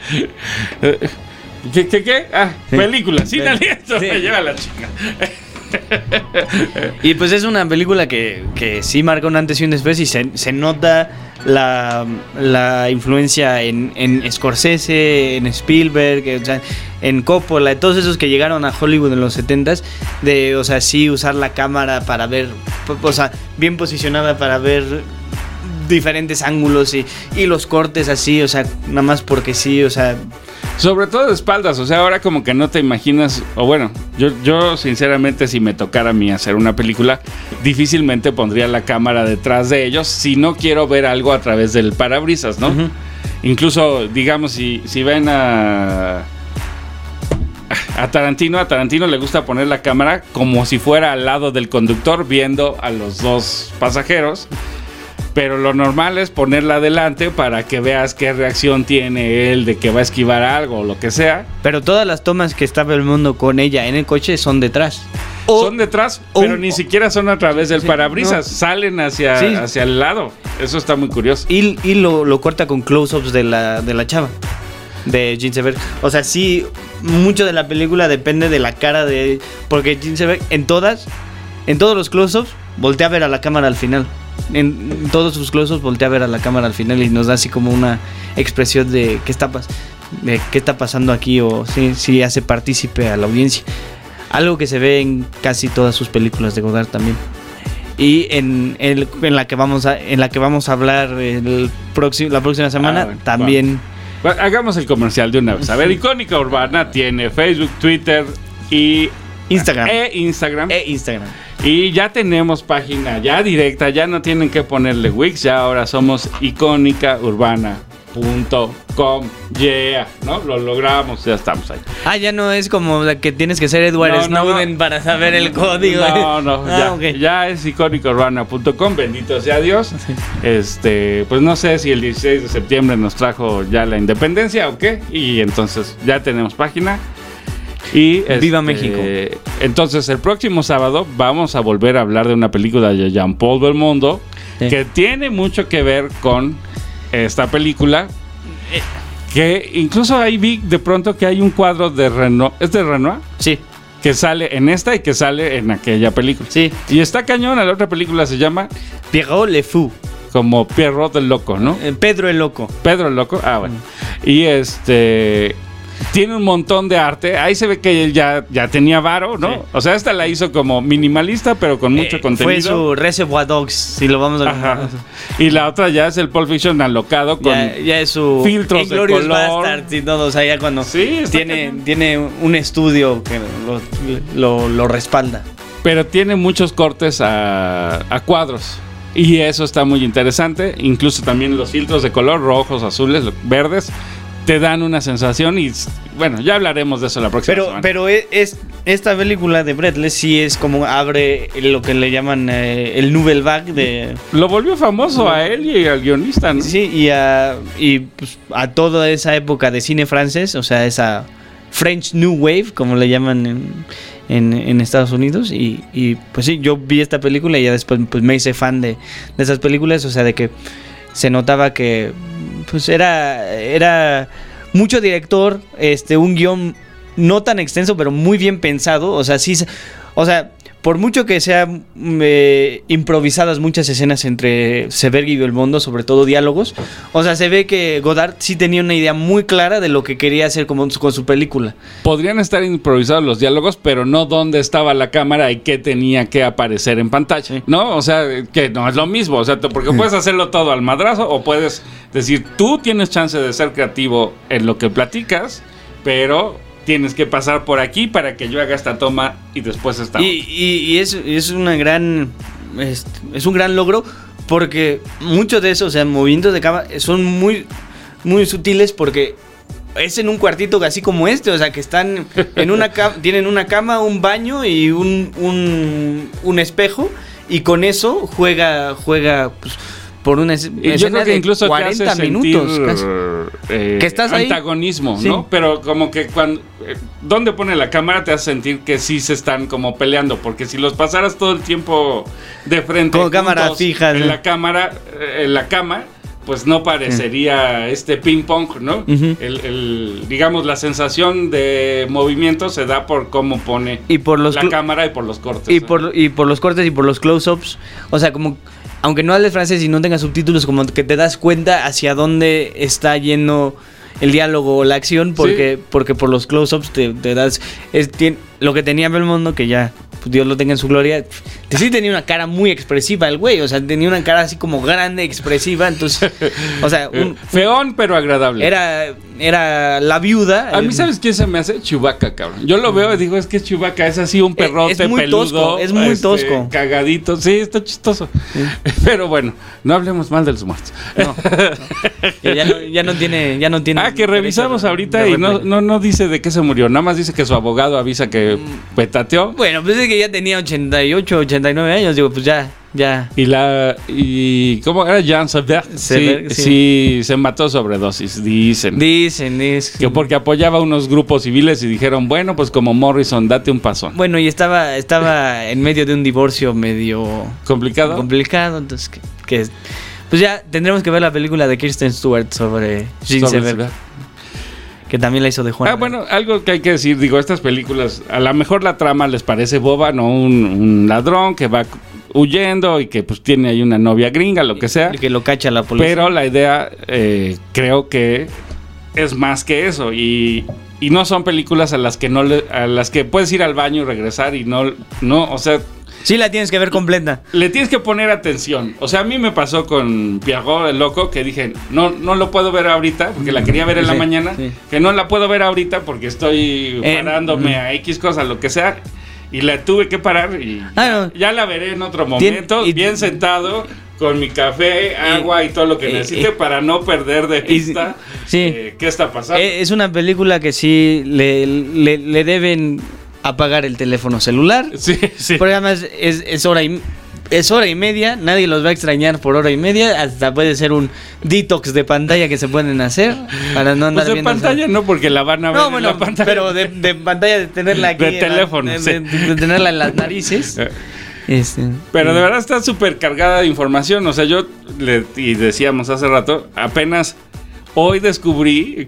¿Qué? Ah, sí. Película, sin aliento, me lleva la chica. Y pues es una película que sí marca un antes y un después y se nota la influencia en Scorsese, en Spielberg, o sea, en Coppola, todos esos que llegaron a Hollywood en los 70s, de, o sea, sí usar la cámara para ver, o sea, bien posicionada para ver diferentes ángulos y los cortes así, o sea, nada más porque sí, o sea... Sobre todo de espaldas, o sea, ahora como que no te imaginas, o bueno, yo sinceramente si me tocara a mí hacer una película, difícilmente pondría la cámara detrás de ellos si no quiero ver algo a través del parabrisas, ¿no? Uh-huh. Incluso, digamos, si ven a Tarantino le gusta poner la cámara como si fuera al lado del conductor viendo a los dos pasajeros. Pero lo normal es ponerla adelante para que veas qué reacción tiene él de que va a esquivar algo o lo que sea. Pero todas las tomas que está el mundo con ella en el coche son detrás. Son detrás, pero ni siquiera son a través del parabrisas. No. Salen hacia el lado. Eso está muy curioso. Y lo corta con close-ups de la chava, de Jean Seberg. O sea, sí, mucho de la película depende de la cara de... Porque Jean Seberg en todos los close-ups voltea a ver a la cámara al final. En todos sus close-ups voltea a ver a la cámara al final y nos da así como una expresión de qué está pasando aquí, o sí hace partícipe a la audiencia. Algo que se ve en casi todas sus películas de Godard también. Y en la que vamos a hablar la próxima semana también. Bueno, hagamos el comercial de una vez. A ver, Icónica Urbana tiene Facebook, Twitter y Instagram. Instagram. Y ya tenemos página ya directa, ya no tienen que ponerle Wix, ya ahora somos icónicaurbana.com. Yeah, ¿no? Lo logramos, ya estamos ahí. Ya no es como la que tienes que ser Edward Snowden para saber el código. Ya es icónicaurbana.com, bendito sea Dios. Pues no sé si el 16 de septiembre nos trajo ya la independencia o qué, y entonces ya tenemos página. Y ¡Viva México! Entonces el próximo sábado vamos a volver a hablar de una película de Jean-Paul Belmondo que tiene mucho que ver con esta película, que incluso ahí vi de pronto que hay un cuadro de Renoir. ¿Es de Renoir? Sí. Que sale en esta y que sale en aquella película. Sí. Y está cañona. La otra película se llama Pierrot le Fou. Como Pierrot el Loco, ¿no? Pedro el Loco. Pedro el Loco, bueno. Y tiene un montón de arte. Ahí se ve que él ya tenía varo, ¿no? Sí. O sea, esta la hizo como minimalista, pero con mucho contenido. Fue su Reservoir Dogs, si lo vamos a ver. Y la otra ya es el Pulp Fiction alocado con ya es su filtros de color. Bastards y todo. O sea, ya cuando tiene un estudio que lo respalda. Pero tiene muchos cortes a cuadros. Y eso está muy interesante. Incluso también los filtros de color, rojos, azules, verdes, te dan una sensación. Y bueno, ya hablaremos de eso la próxima semana. Pero esta película de Breathless sí es como abre lo que le llaman el Nouvelle Vague. Lo volvió famoso a él y al guionista, ¿no? Sí, y pues, a toda esa época de cine francés, o sea, esa French New Wave, como le llaman en Estados Unidos. Y pues sí, yo vi esta película y ya después pues me hice fan de esas películas. O sea, de que se notaba que pues era mucho director, un guión no tan extenso, pero muy bien pensado. O sea, sí, o sea, por mucho que sean improvisadas muchas escenas entre Seberg y Belmondo, sobre todo diálogos, o sea, se ve que Godard sí tenía una idea muy clara de lo que quería hacer con su película. Podrían estar improvisados los diálogos, pero no dónde estaba la cámara y qué tenía que aparecer en pantalla, ¿no? O sea, que no es lo mismo, o sea, porque puedes hacerlo todo al madrazo o puedes decir, tú tienes chance de ser creativo en lo que platicas, pero tienes que pasar por aquí para que yo haga esta toma y después esta otra. Y es una gran es un gran logro, porque muchos de esos, o sea, movimientos de cámara son muy muy sutiles, porque es en un cuartito así como o sea, que están en una tienen una cama, un baño y un espejo, y con eso juega pues por una escena de incluso 40 minutos casi. Que estás antagonismo, ahí, ¿no? Sí. Pero como que cuando donde pone la cámara te hace sentir que sí se están como peleando, porque si los pasaras todo el tiempo de frente con cámara fija en la cámara, en la cama, pues no parecería este ping pong, ¿no? Uh-huh. Digamos, la sensación de movimiento se da por cómo pone la cámara y por los cortes. Y por los cortes y por los close-ups. O sea, como, aunque no hables francés y no tengas subtítulos, como que te das cuenta hacia dónde está yendo el diálogo o la acción, porque por los close-ups te das... lo que tenía Belmondo, que ya... Dios lo tenga en su gloria, sí tenía una cara muy expresiva el güey, o sea, tenía una cara así como grande, expresiva, entonces, o sea... feón, pero agradable. Era la viuda. A mí, ¿sabes quién se me hace? Chewbacca, cabrón. Yo lo veo y digo, es que Chewbacca es así un perrote es muy peludo. Tosco, es muy tosco. Cagadito, sí, está chistoso. Sí. Pero bueno, no hablemos mal de los muertos. No. Ya no tiene... que revisamos ahorita y no dice de qué se murió, nada más dice que su abogado avisa que petateó. Bueno, pues es que ya tenía 88, 89 años, digo, pues ya. Y ¿cómo era? Jean Sever. Sí, se mató sobredosis, dicen. Que porque apoyaba a unos grupos civiles y dijeron, bueno, pues como Morrison, date un pasón. Bueno, y estaba en medio de un divorcio medio... ¿Complicado? Entonces, que pues ya tendremos que ver la película de Kristen Stewart sobre Jean Sever. Que también la hizo de Juan. Bueno, algo que hay que decir, digo, estas películas, a lo mejor la trama les parece boba, ¿no? Un ladrón que va huyendo y que pues tiene ahí una novia gringa, lo que sea. Que lo cacha la policía. Pero la idea creo que es más que eso y no son películas a las que puedes ir al baño y regresar y no, o sea... Sí la tienes que ver completa. Le tienes que poner atención. O sea, a mí me pasó con Pierrot el Loco, que dije, no lo puedo ver ahorita, porque la quería ver en la mañana, que no la puedo ver ahorita porque estoy parándome a X cosas, lo que sea, y la tuve que parar y ya la veré en otro momento, bien sentado, con mi café, agua y todo lo que necesite para no perder de vista qué está pasando. Es una película que sí le deben... apagar el teléfono celular. Sí. Porque además es hora y media. Nadie los va a extrañar por hora y media. Hasta puede ser un detox de pantalla que se pueden hacer para no andar viendo. Pues de pantalla no, porque la van a ver en la pantalla. Pero de pantalla, de tenerla aquí. De teléfono, de tenerla en las narices. Pero de verdad está súper cargada de información. O sea, y decíamos hace rato, apenas... Hoy descubrí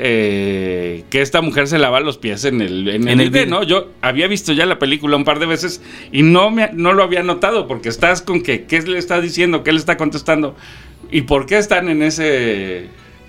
que esta mujer se lava los pies en el video, ¿no? Yo había visto ya la película un par de veces y no lo había notado porque estás con que qué le está diciendo, qué le está contestando y por qué están en ese...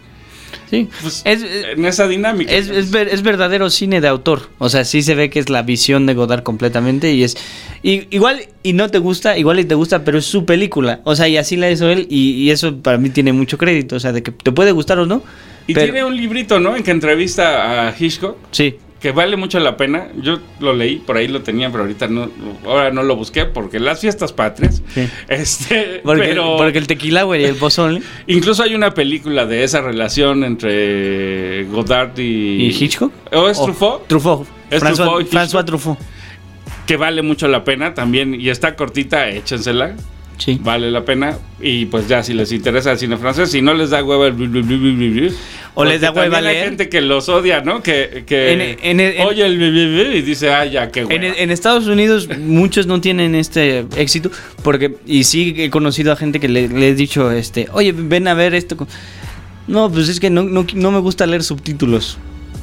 Sí, pues, en esa dinámica. Es verdadero cine de autor. O sea, sí se ve que es la visión de Godard completamente y igual y no te gusta, igual y te gusta, pero es su película. O sea, y así la hizo él y eso para mí tiene mucho crédito. O sea, de que te puede gustar o no. Y tiene un librito, ¿no? En que entrevista a Hitchcock. Sí. Que vale mucho la pena. Yo lo leí, por ahí lo tenía, pero ahora no lo busqué porque las fiestas patrias. Sí. Porque el tequila, güey, y el pozole. Incluso hay una película de esa relación entre Godard y Hitchcock. ¿O es Truffaut? Truffaut. François Truffaut. Que vale mucho la pena también y está cortita, échensela. Sí. Vale la pena. Y pues ya, si les interesa el cine francés, si no les da hueva el... O les da hueva leer. Hay gente que los odia, ¿no? Que oye el... y dice, ya, qué hueva. En Estados Unidos muchos no tienen este éxito. Y sí he conocido a gente que le he dicho, oye, ven a ver esto. No, pues es que no me gusta leer subtítulos.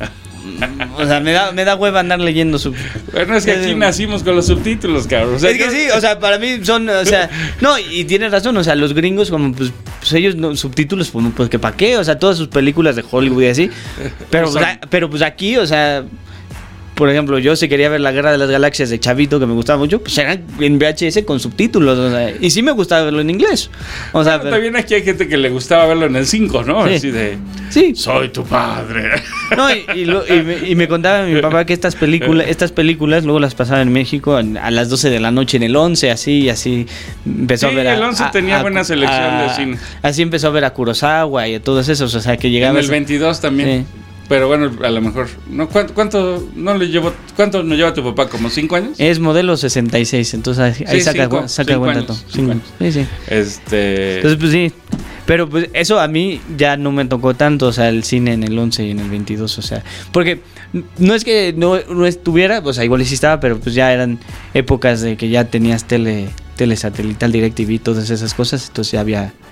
O sea, me da hueva andar leyendo subtítulos. Bueno, es que aquí nacimos con los subtítulos, cabrón. O sea, es que sí, o sea, para mí son, o sea, no, y tienes razón, o sea, los gringos como pues ellos no, subtítulos, pues que pa' qué, o sea, todas sus películas de Hollywood y así. Pero pues aquí, o sea, por ejemplo, yo si quería ver La Guerra de las Galaxias de chavito, que me gustaba mucho, pues era en VHS con subtítulos, o sea, y sí me gustaba verlo en inglés. O sea, pero también aquí hay gente que le gustaba verlo en el 5, ¿no? Sí. Así de, sí. Soy tu padre. No, y me contaba mi papá que estas películas luego las pasaba en México a las 12 de la noche en el 11, así empezó a ver el 11 tenía buena selección de cine. Así empezó a ver a Kurosawa y a todos esos, o sea, que llegaba... En el 22 también. Sí. Pero bueno, a lo mejor. No, ¿cuánto nos lleva tu papá? ¿Como 5 años? Es modelo 66, entonces ahí saca cuenta todo. 5 años. Sí. Entonces, pues sí. Pero pues eso a mí ya no me tocó tanto, o sea, el cine en el 11 y en el 22, o sea. Porque no es que no estuviera, o sea, igual sí estaba, pero pues ya eran épocas de que ya tenías tele satelital, DirecTV, todas esas cosas, entonces ya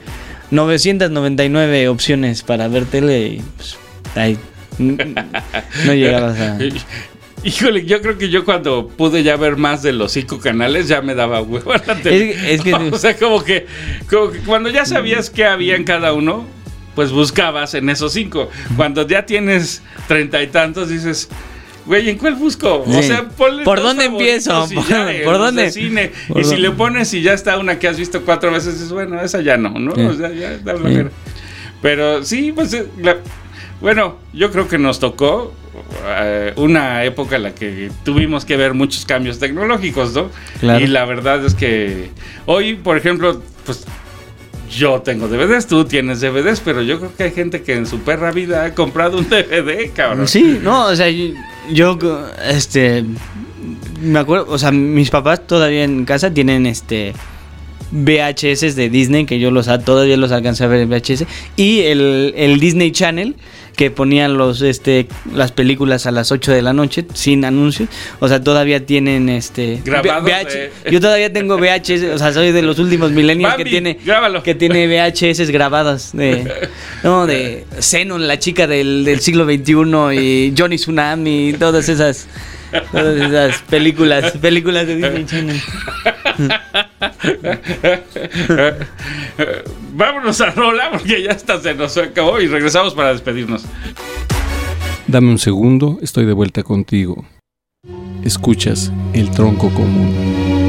999 opciones para ver tele y pues, ahí no llegabas a... Híjole, yo creo que yo cuando pude ya ver más de los 5 canales ya me daba huevo a la tele. Es que o sea, como que cuando ya sabías qué había en cada uno, pues buscabas en esos 5. Cuando ya tienes 30 y tantos dices, güey, ¿en cuál busco? Sí. O sea, ponle ¿Por dónde empiezo? ¿Por dónde? De cine. Y si le pones y ya está una que has visto 4 veces, dices, bueno, esa ya no, ¿no? Sí. O sea, ya da flojera. Pero sí, pues, bueno, yo creo que nos tocó una época en la que tuvimos que ver muchos cambios tecnológicos, ¿no? Claro. Y la verdad es que hoy, por ejemplo, pues yo tengo DVDs, tú tienes DVDs, pero yo creo que hay gente que en su perra vida ha comprado un DVD, cabrón. Sí, no, o sea, yo me acuerdo, o sea, mis papás todavía en casa tienen VHS de Disney, que yo todavía los alcancé a ver en VHS, y el Disney Channel, que ponían las películas a las 8 de la noche sin anuncios. O sea, todavía tienen grabados Yo todavía tengo VHS, o sea, soy de los últimos millennials que tiene VHS grabadas de Zenon, la chica del siglo XXI, y Johnny Tsunami y todas esas películas de Disney Channel. Vámonos a rola porque ya hasta se nos acabó y regresamos para despedirnos. Dame un segundo, estoy de vuelta contigo. Escuchas El Tronco Común.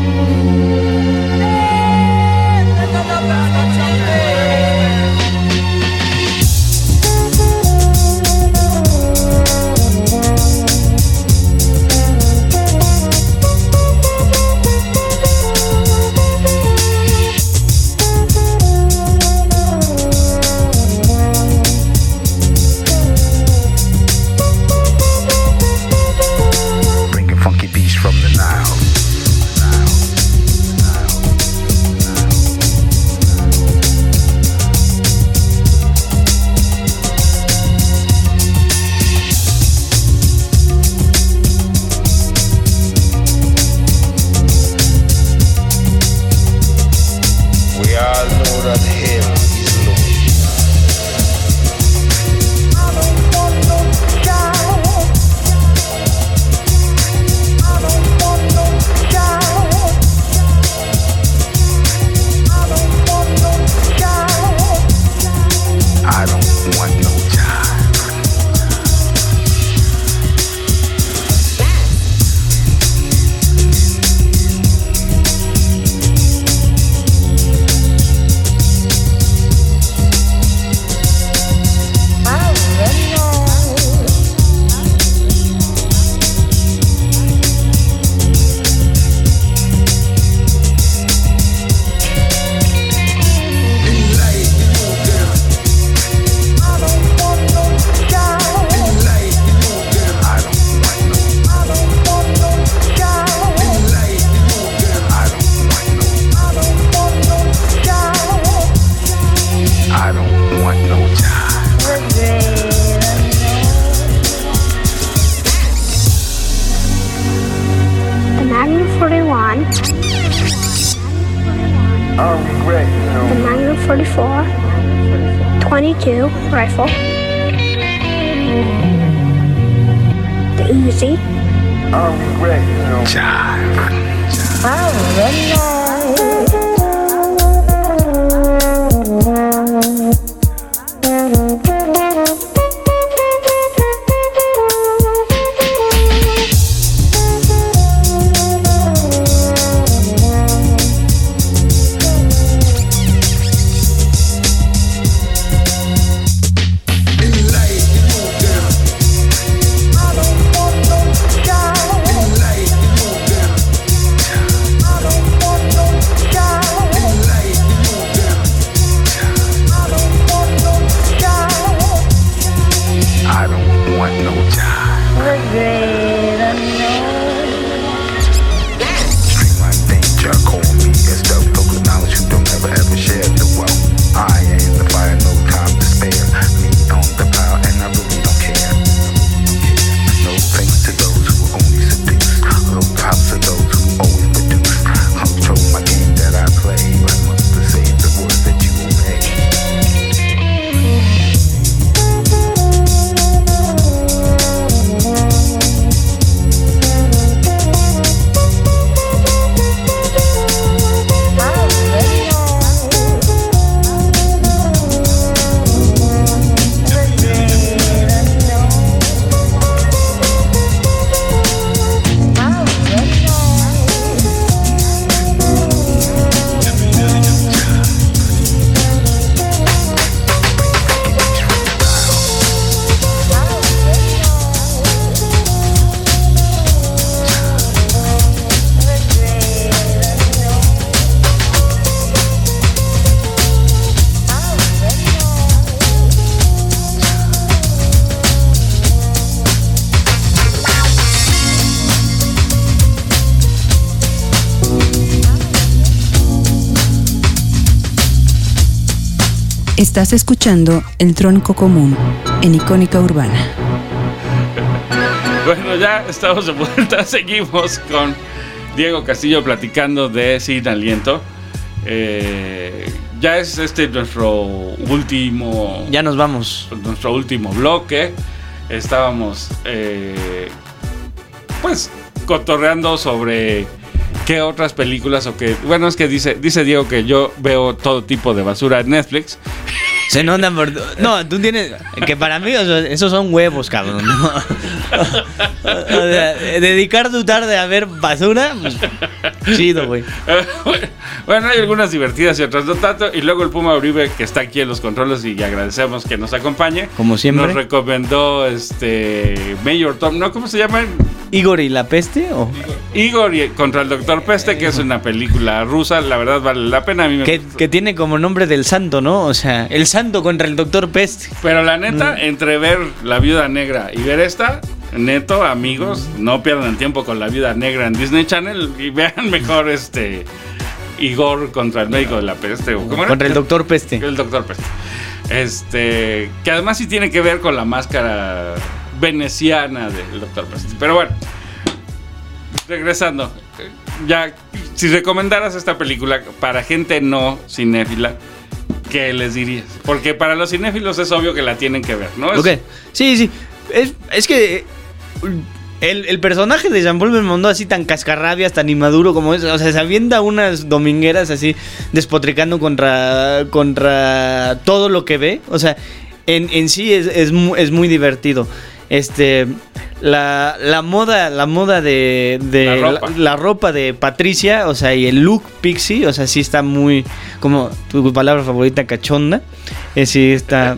The Magnum 44, 22 rifle, the Uzi, Estás escuchando El Tronco Común en Icónica Urbana. Bueno, ya estamos de vuelta. Seguimos con Diego Castillo platicando de Sin Aliento. Ya es nuestro último... Ya nos vamos. Nuestro último bloque. Estábamos pues cotorreando sobre qué otras películas o qué... Bueno, es que dice Diego que yo veo todo tipo de basura en Netflix. Se notan por... No, tú tienes... Que para mí, o sea, esos son huevos, cabrón, ¿no? O sea, dedicar tu tarde a ver basura, pues, chido, güey. Bueno, hay algunas divertidas y otras no tanto. Y luego el Puma Uribe, que está aquí en los controles y agradecemos que nos acompañe. Como siempre. Nos recomendó Mayor Tom, ¿no? ¿Cómo se llama? ¿Igor y la peste? ¿O? Igor contra el Doctor Peste, que es una película rusa. La verdad vale la pena. A mí que tiene como nombre del santo, ¿no? O sea, el santo contra el Doctor Peste. Pero la neta, entre ver La Viuda Negra y ver esta, neto, amigos, no pierdan el tiempo con La Viuda Negra en Disney Channel y vean mejor Igor contra el médico de la peste. ¿Cómo era? Contra el Doctor Peste. El Doctor Peste. Que además sí tiene que ver con la máscara veneciana del Doctor Peste. Pero bueno, regresando, ya, si recomendaras esta película para gente no cinéfila, ¿qué les dirías? Porque para los cinéfilos es obvio que la tienen que ver, ¿no? Ok, sí. Es que el personaje de Jean-Paul Belmondo, así tan cascarrabias, tan inmaduro como es, o sea, se avienta unas domingueras así despotricando contra todo lo que ve. O sea, en sí es muy divertido. La moda de la ropa de Patricia, o sea, y el look pixie, o sea, sí está muy, como tu palabra favorita, cachonda. Sí está,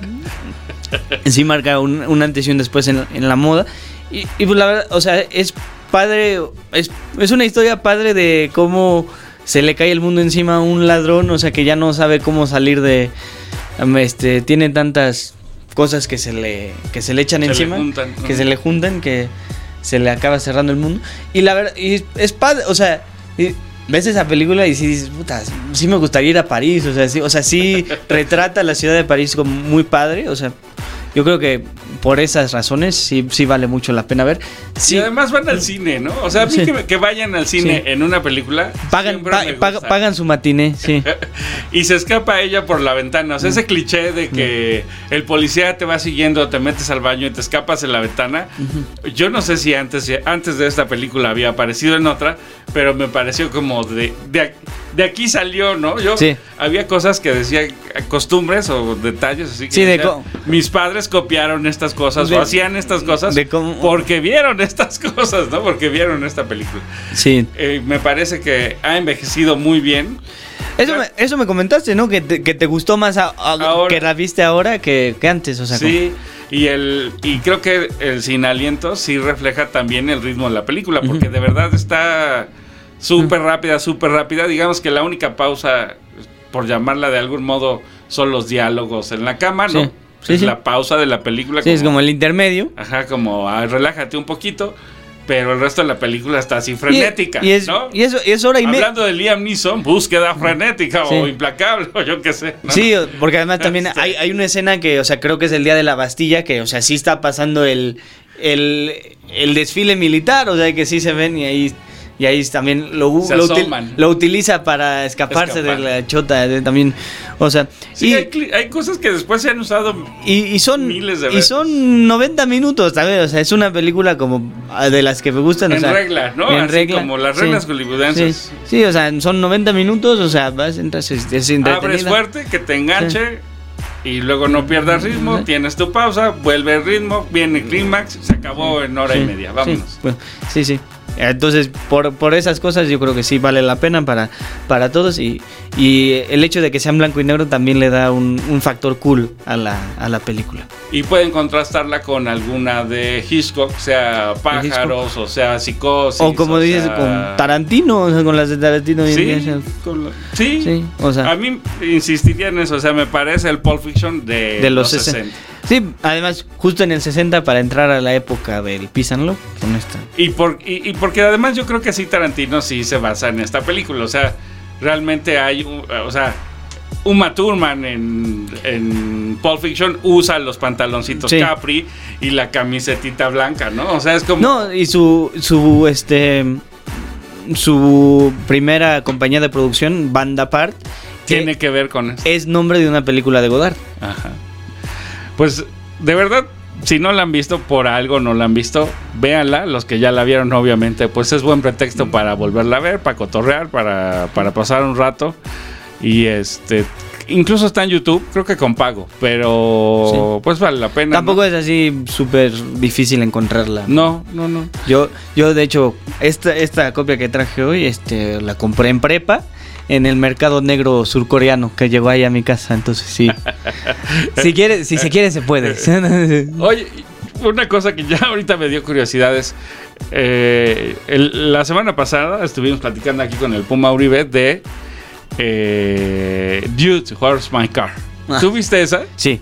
sí marca un antes y un después en la moda. Y pues la verdad, o sea, es padre, es una historia padre de cómo se le cae el mundo encima a un ladrón, o sea, que ya no sabe cómo salir de, tiene tantas cosas que se le echan encima, que se le juntan, que se le acaba cerrando el mundo. Y la verdad, y es padre, o sea, ves esa película y sí dices, puta, sí me gustaría ir a París, o sea, sí retrata la ciudad de París como muy padre, o sea, yo creo que por esas razones sí vale mucho la pena ver. Sí. Y además van al cine, ¿no? O sea, a mí que vayan al cine en una película, pagan su matiné, sí. Y se escapa ella por la ventana. O sea, ese cliché de que el policía te va siguiendo, te metes al baño y te escapas en la ventana. Yo no sé si antes de esta película había aparecido en otra, pero me pareció como de aquí salió, ¿no? Había cosas que decía, costumbres o detalles así que decía, mis padres copiaron estas cosas o hacían estas cosas porque vieron estas cosas, ¿no? Porque vieron esta película. Sí. Me parece que ha envejecido muy bien. Eso me comentaste, ¿no? Que te gustó más que la viste ahora que antes, o sea. Sí. Y creo que el Sin Aliento sí refleja también el ritmo de la película, porque de verdad está súper rápida. Digamos que la única pausa, por llamarla de algún modo, son los diálogos en la cama, ¿no? Sí. La pausa de la película. Sí, es como el intermedio. Ajá, como relájate un poquito. Pero el resto de la película está así frenética, ¿no? Y eso es hora y media. Hablando de Liam Neeson, búsqueda frenética o implacable, o yo qué sé, ¿no? Sí, porque además también hay una escena que, o sea, creo que es el día de la Bastilla, que, o sea, sí está pasando el desfile militar, o sea, que sí se ven y ahí también lo utiliza para escaparse de la chota también, o sea, sí, hay cosas que después se han usado y son miles de veces. Y son 90 minutos, ¿sabes? O sea, es una película como de las que me gustan, en regla, ¿no? En así regla, como las reglas hollywoodenses. Sí, o sea, son 90 minutos, o sea, entras, es entretenida. Abres fuerte, que te enganche. Y luego no pierdas ritmo, tienes tu pausa, vuelve el ritmo, viene el clímax, se acabó en hora y media, vámonos. Sí. Entonces, por esas cosas yo creo que sí vale la pena para todos y el hecho de que sea en blanco y negro también le da un factor cool a la película. Y pueden contrastarla con alguna de Hitchcock, sea Pájaros o sea Psicosis. O como dices, con Tarantino, o sea, con las de Tarantino. Sí, o sea, a mí insistiría en eso, o sea, me parece el Pulp Fiction de los 60. Sí, además, justo en el 60 para entrar a la época del Peace and Love con esta. Y porque además yo creo que sí Tarantino sí se basa en esta película, o sea, realmente hay, o sea, Uma Thurman en Pulp Fiction usa los pantaloncitos Capri y la camisetita blanca, ¿no? O sea, es como... No, y su primera compañía de producción, Band Apart, tiene que ver con eso. Es nombre de una película de Godard. Ajá. Pues, de verdad, si no la han visto, por algo no la han visto, véanla. Los que ya la vieron, obviamente, pues es buen pretexto para volverla a ver, para cotorrear, para pasar un rato. Y incluso está en YouTube, creo que con pago, pero pues vale la pena. Tampoco es así súper difícil encontrarla. No. Yo de hecho, esta copia que traje hoy, la compré en prepa, en el mercado negro surcoreano que llegó ahí a mi casa, entonces sí. si se quiere, se puede. Oye, una cosa que ya ahorita me dio curiosidad es, la semana pasada estuvimos platicando aquí con el Puma Uribe de Dude, Where's My Car? ¿Tú viste esa? Sí.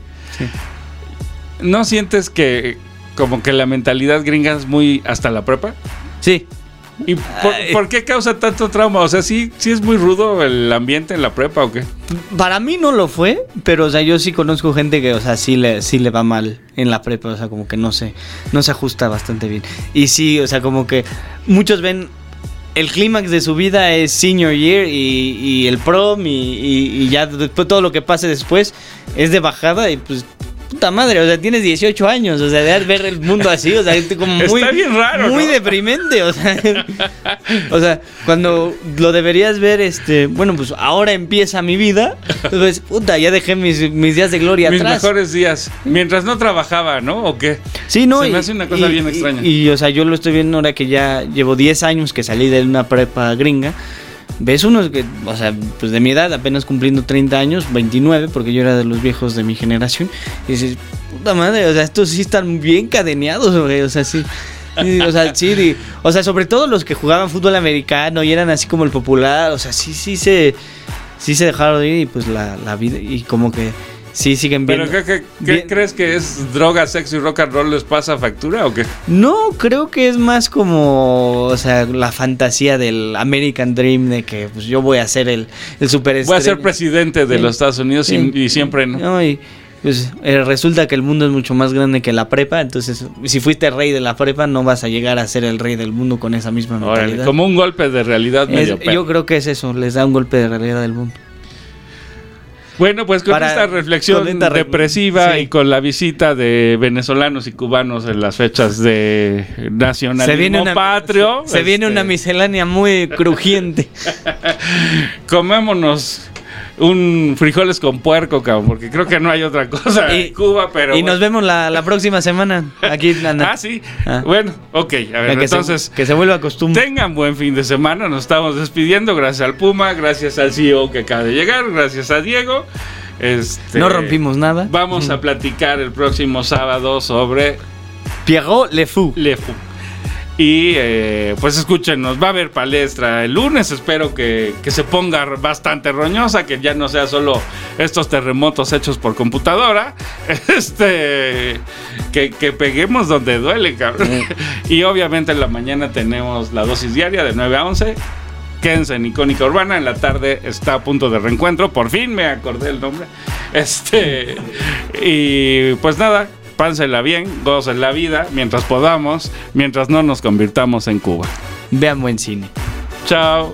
¿No sientes que como que la mentalidad gringa es muy hasta la prepa? Sí. ¿Y por qué causa tanto trauma? O sea, ¿sí es muy rudo el ambiente en la prepa o qué? Para mí no lo fue, pero o sea, yo sí conozco gente que, o sea, sí le va mal en la prepa, o sea, como que no se ajusta bastante bien. Y sí, o sea, como que muchos ven el clímax de su vida es senior year y el prom y ya después todo lo que pase después es de bajada y pues puta madre, o sea, tienes 18 años, o sea, de ver el mundo así, o sea, es como muy, está bien raro, muy ¿no? deprimente, o sea, cuando lo deberías ver, bueno, pues ahora empieza mi vida, entonces, puta, ya dejé mis días de gloria mis atrás. Mis mejores días, mientras no trabajaba, ¿no? ¿O qué? Sí, no. Se me hace una cosa bien extraña. Y, o sea, yo lo estoy viendo ahora que ya llevo 10 años que salí de una prepa gringa. Ves unos que, o sea, pues de mi edad, apenas cumpliendo 30 años, 29, porque yo era de los viejos de mi generación, y dices, puta madre, o sea, estos sí están bien cadeneados, güey, o sea, sí. O sea, sí, o sea, sobre todo los que jugaban fútbol americano y eran así como el popular, o sea, sí se dejaron ir y pues la vida, y como que sí siguen viendo. ¿Pero qué crees que es droga, sexo y rock and roll les pasa factura o qué? No, creo que es más como, o sea, la fantasía del American Dream de que pues yo voy a ser el superestrella. Voy a ser presidente de los Estados Unidos y siempre no. Y pues resulta que el mundo es mucho más grande que la prepa, entonces si fuiste rey de la prepa no vas a llegar a ser el rey del mundo con esa misma mentalidad. Órale, como un golpe de realidad medio pedo. Yo creo que es eso, les da un golpe de realidad del mundo. Bueno, pues con esta reflexión depresiva y con la visita de venezolanos y cubanos en las fechas de nacionalismo patrio. Se viene una miscelánea muy crujiente. Comémonos un frijoles con puerco, cabrón, porque creo que no hay otra cosa en Cuba, pero... Y nos vemos la próxima semana aquí. Sí. Bueno, ok. A ver, entonces... Que se vuelva costumbre. Tengan buen fin de semana. Nos estamos despidiendo. Gracias al Puma, gracias al CEO que acaba de llegar, gracias a Diego. No rompimos nada. Vamos a platicar el próximo sábado sobre... Pierrot Le Fou. Y pues escúchenos, va a haber palestra el lunes, espero que se ponga bastante roñosa, que ya no sea solo estos terremotos hechos por computadora, que peguemos donde duele, cabrón. Y obviamente en la mañana tenemos la dosis diaria de 9 a 11, quédense en Icónica Urbana, en la tarde está a punto de reencuentro, por fin me acordé el nombre, y pues nada, pásensela bien, gocen la vida mientras podamos, mientras no nos convirtamos en Cuba. Vean buen cine. Chao.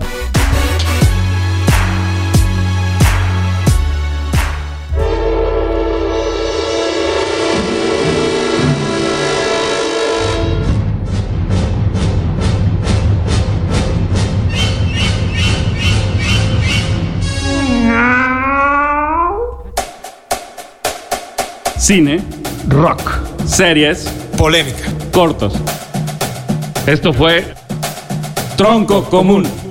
Cine, rock, series, polémica, cortos. Esto fue Tronco Común.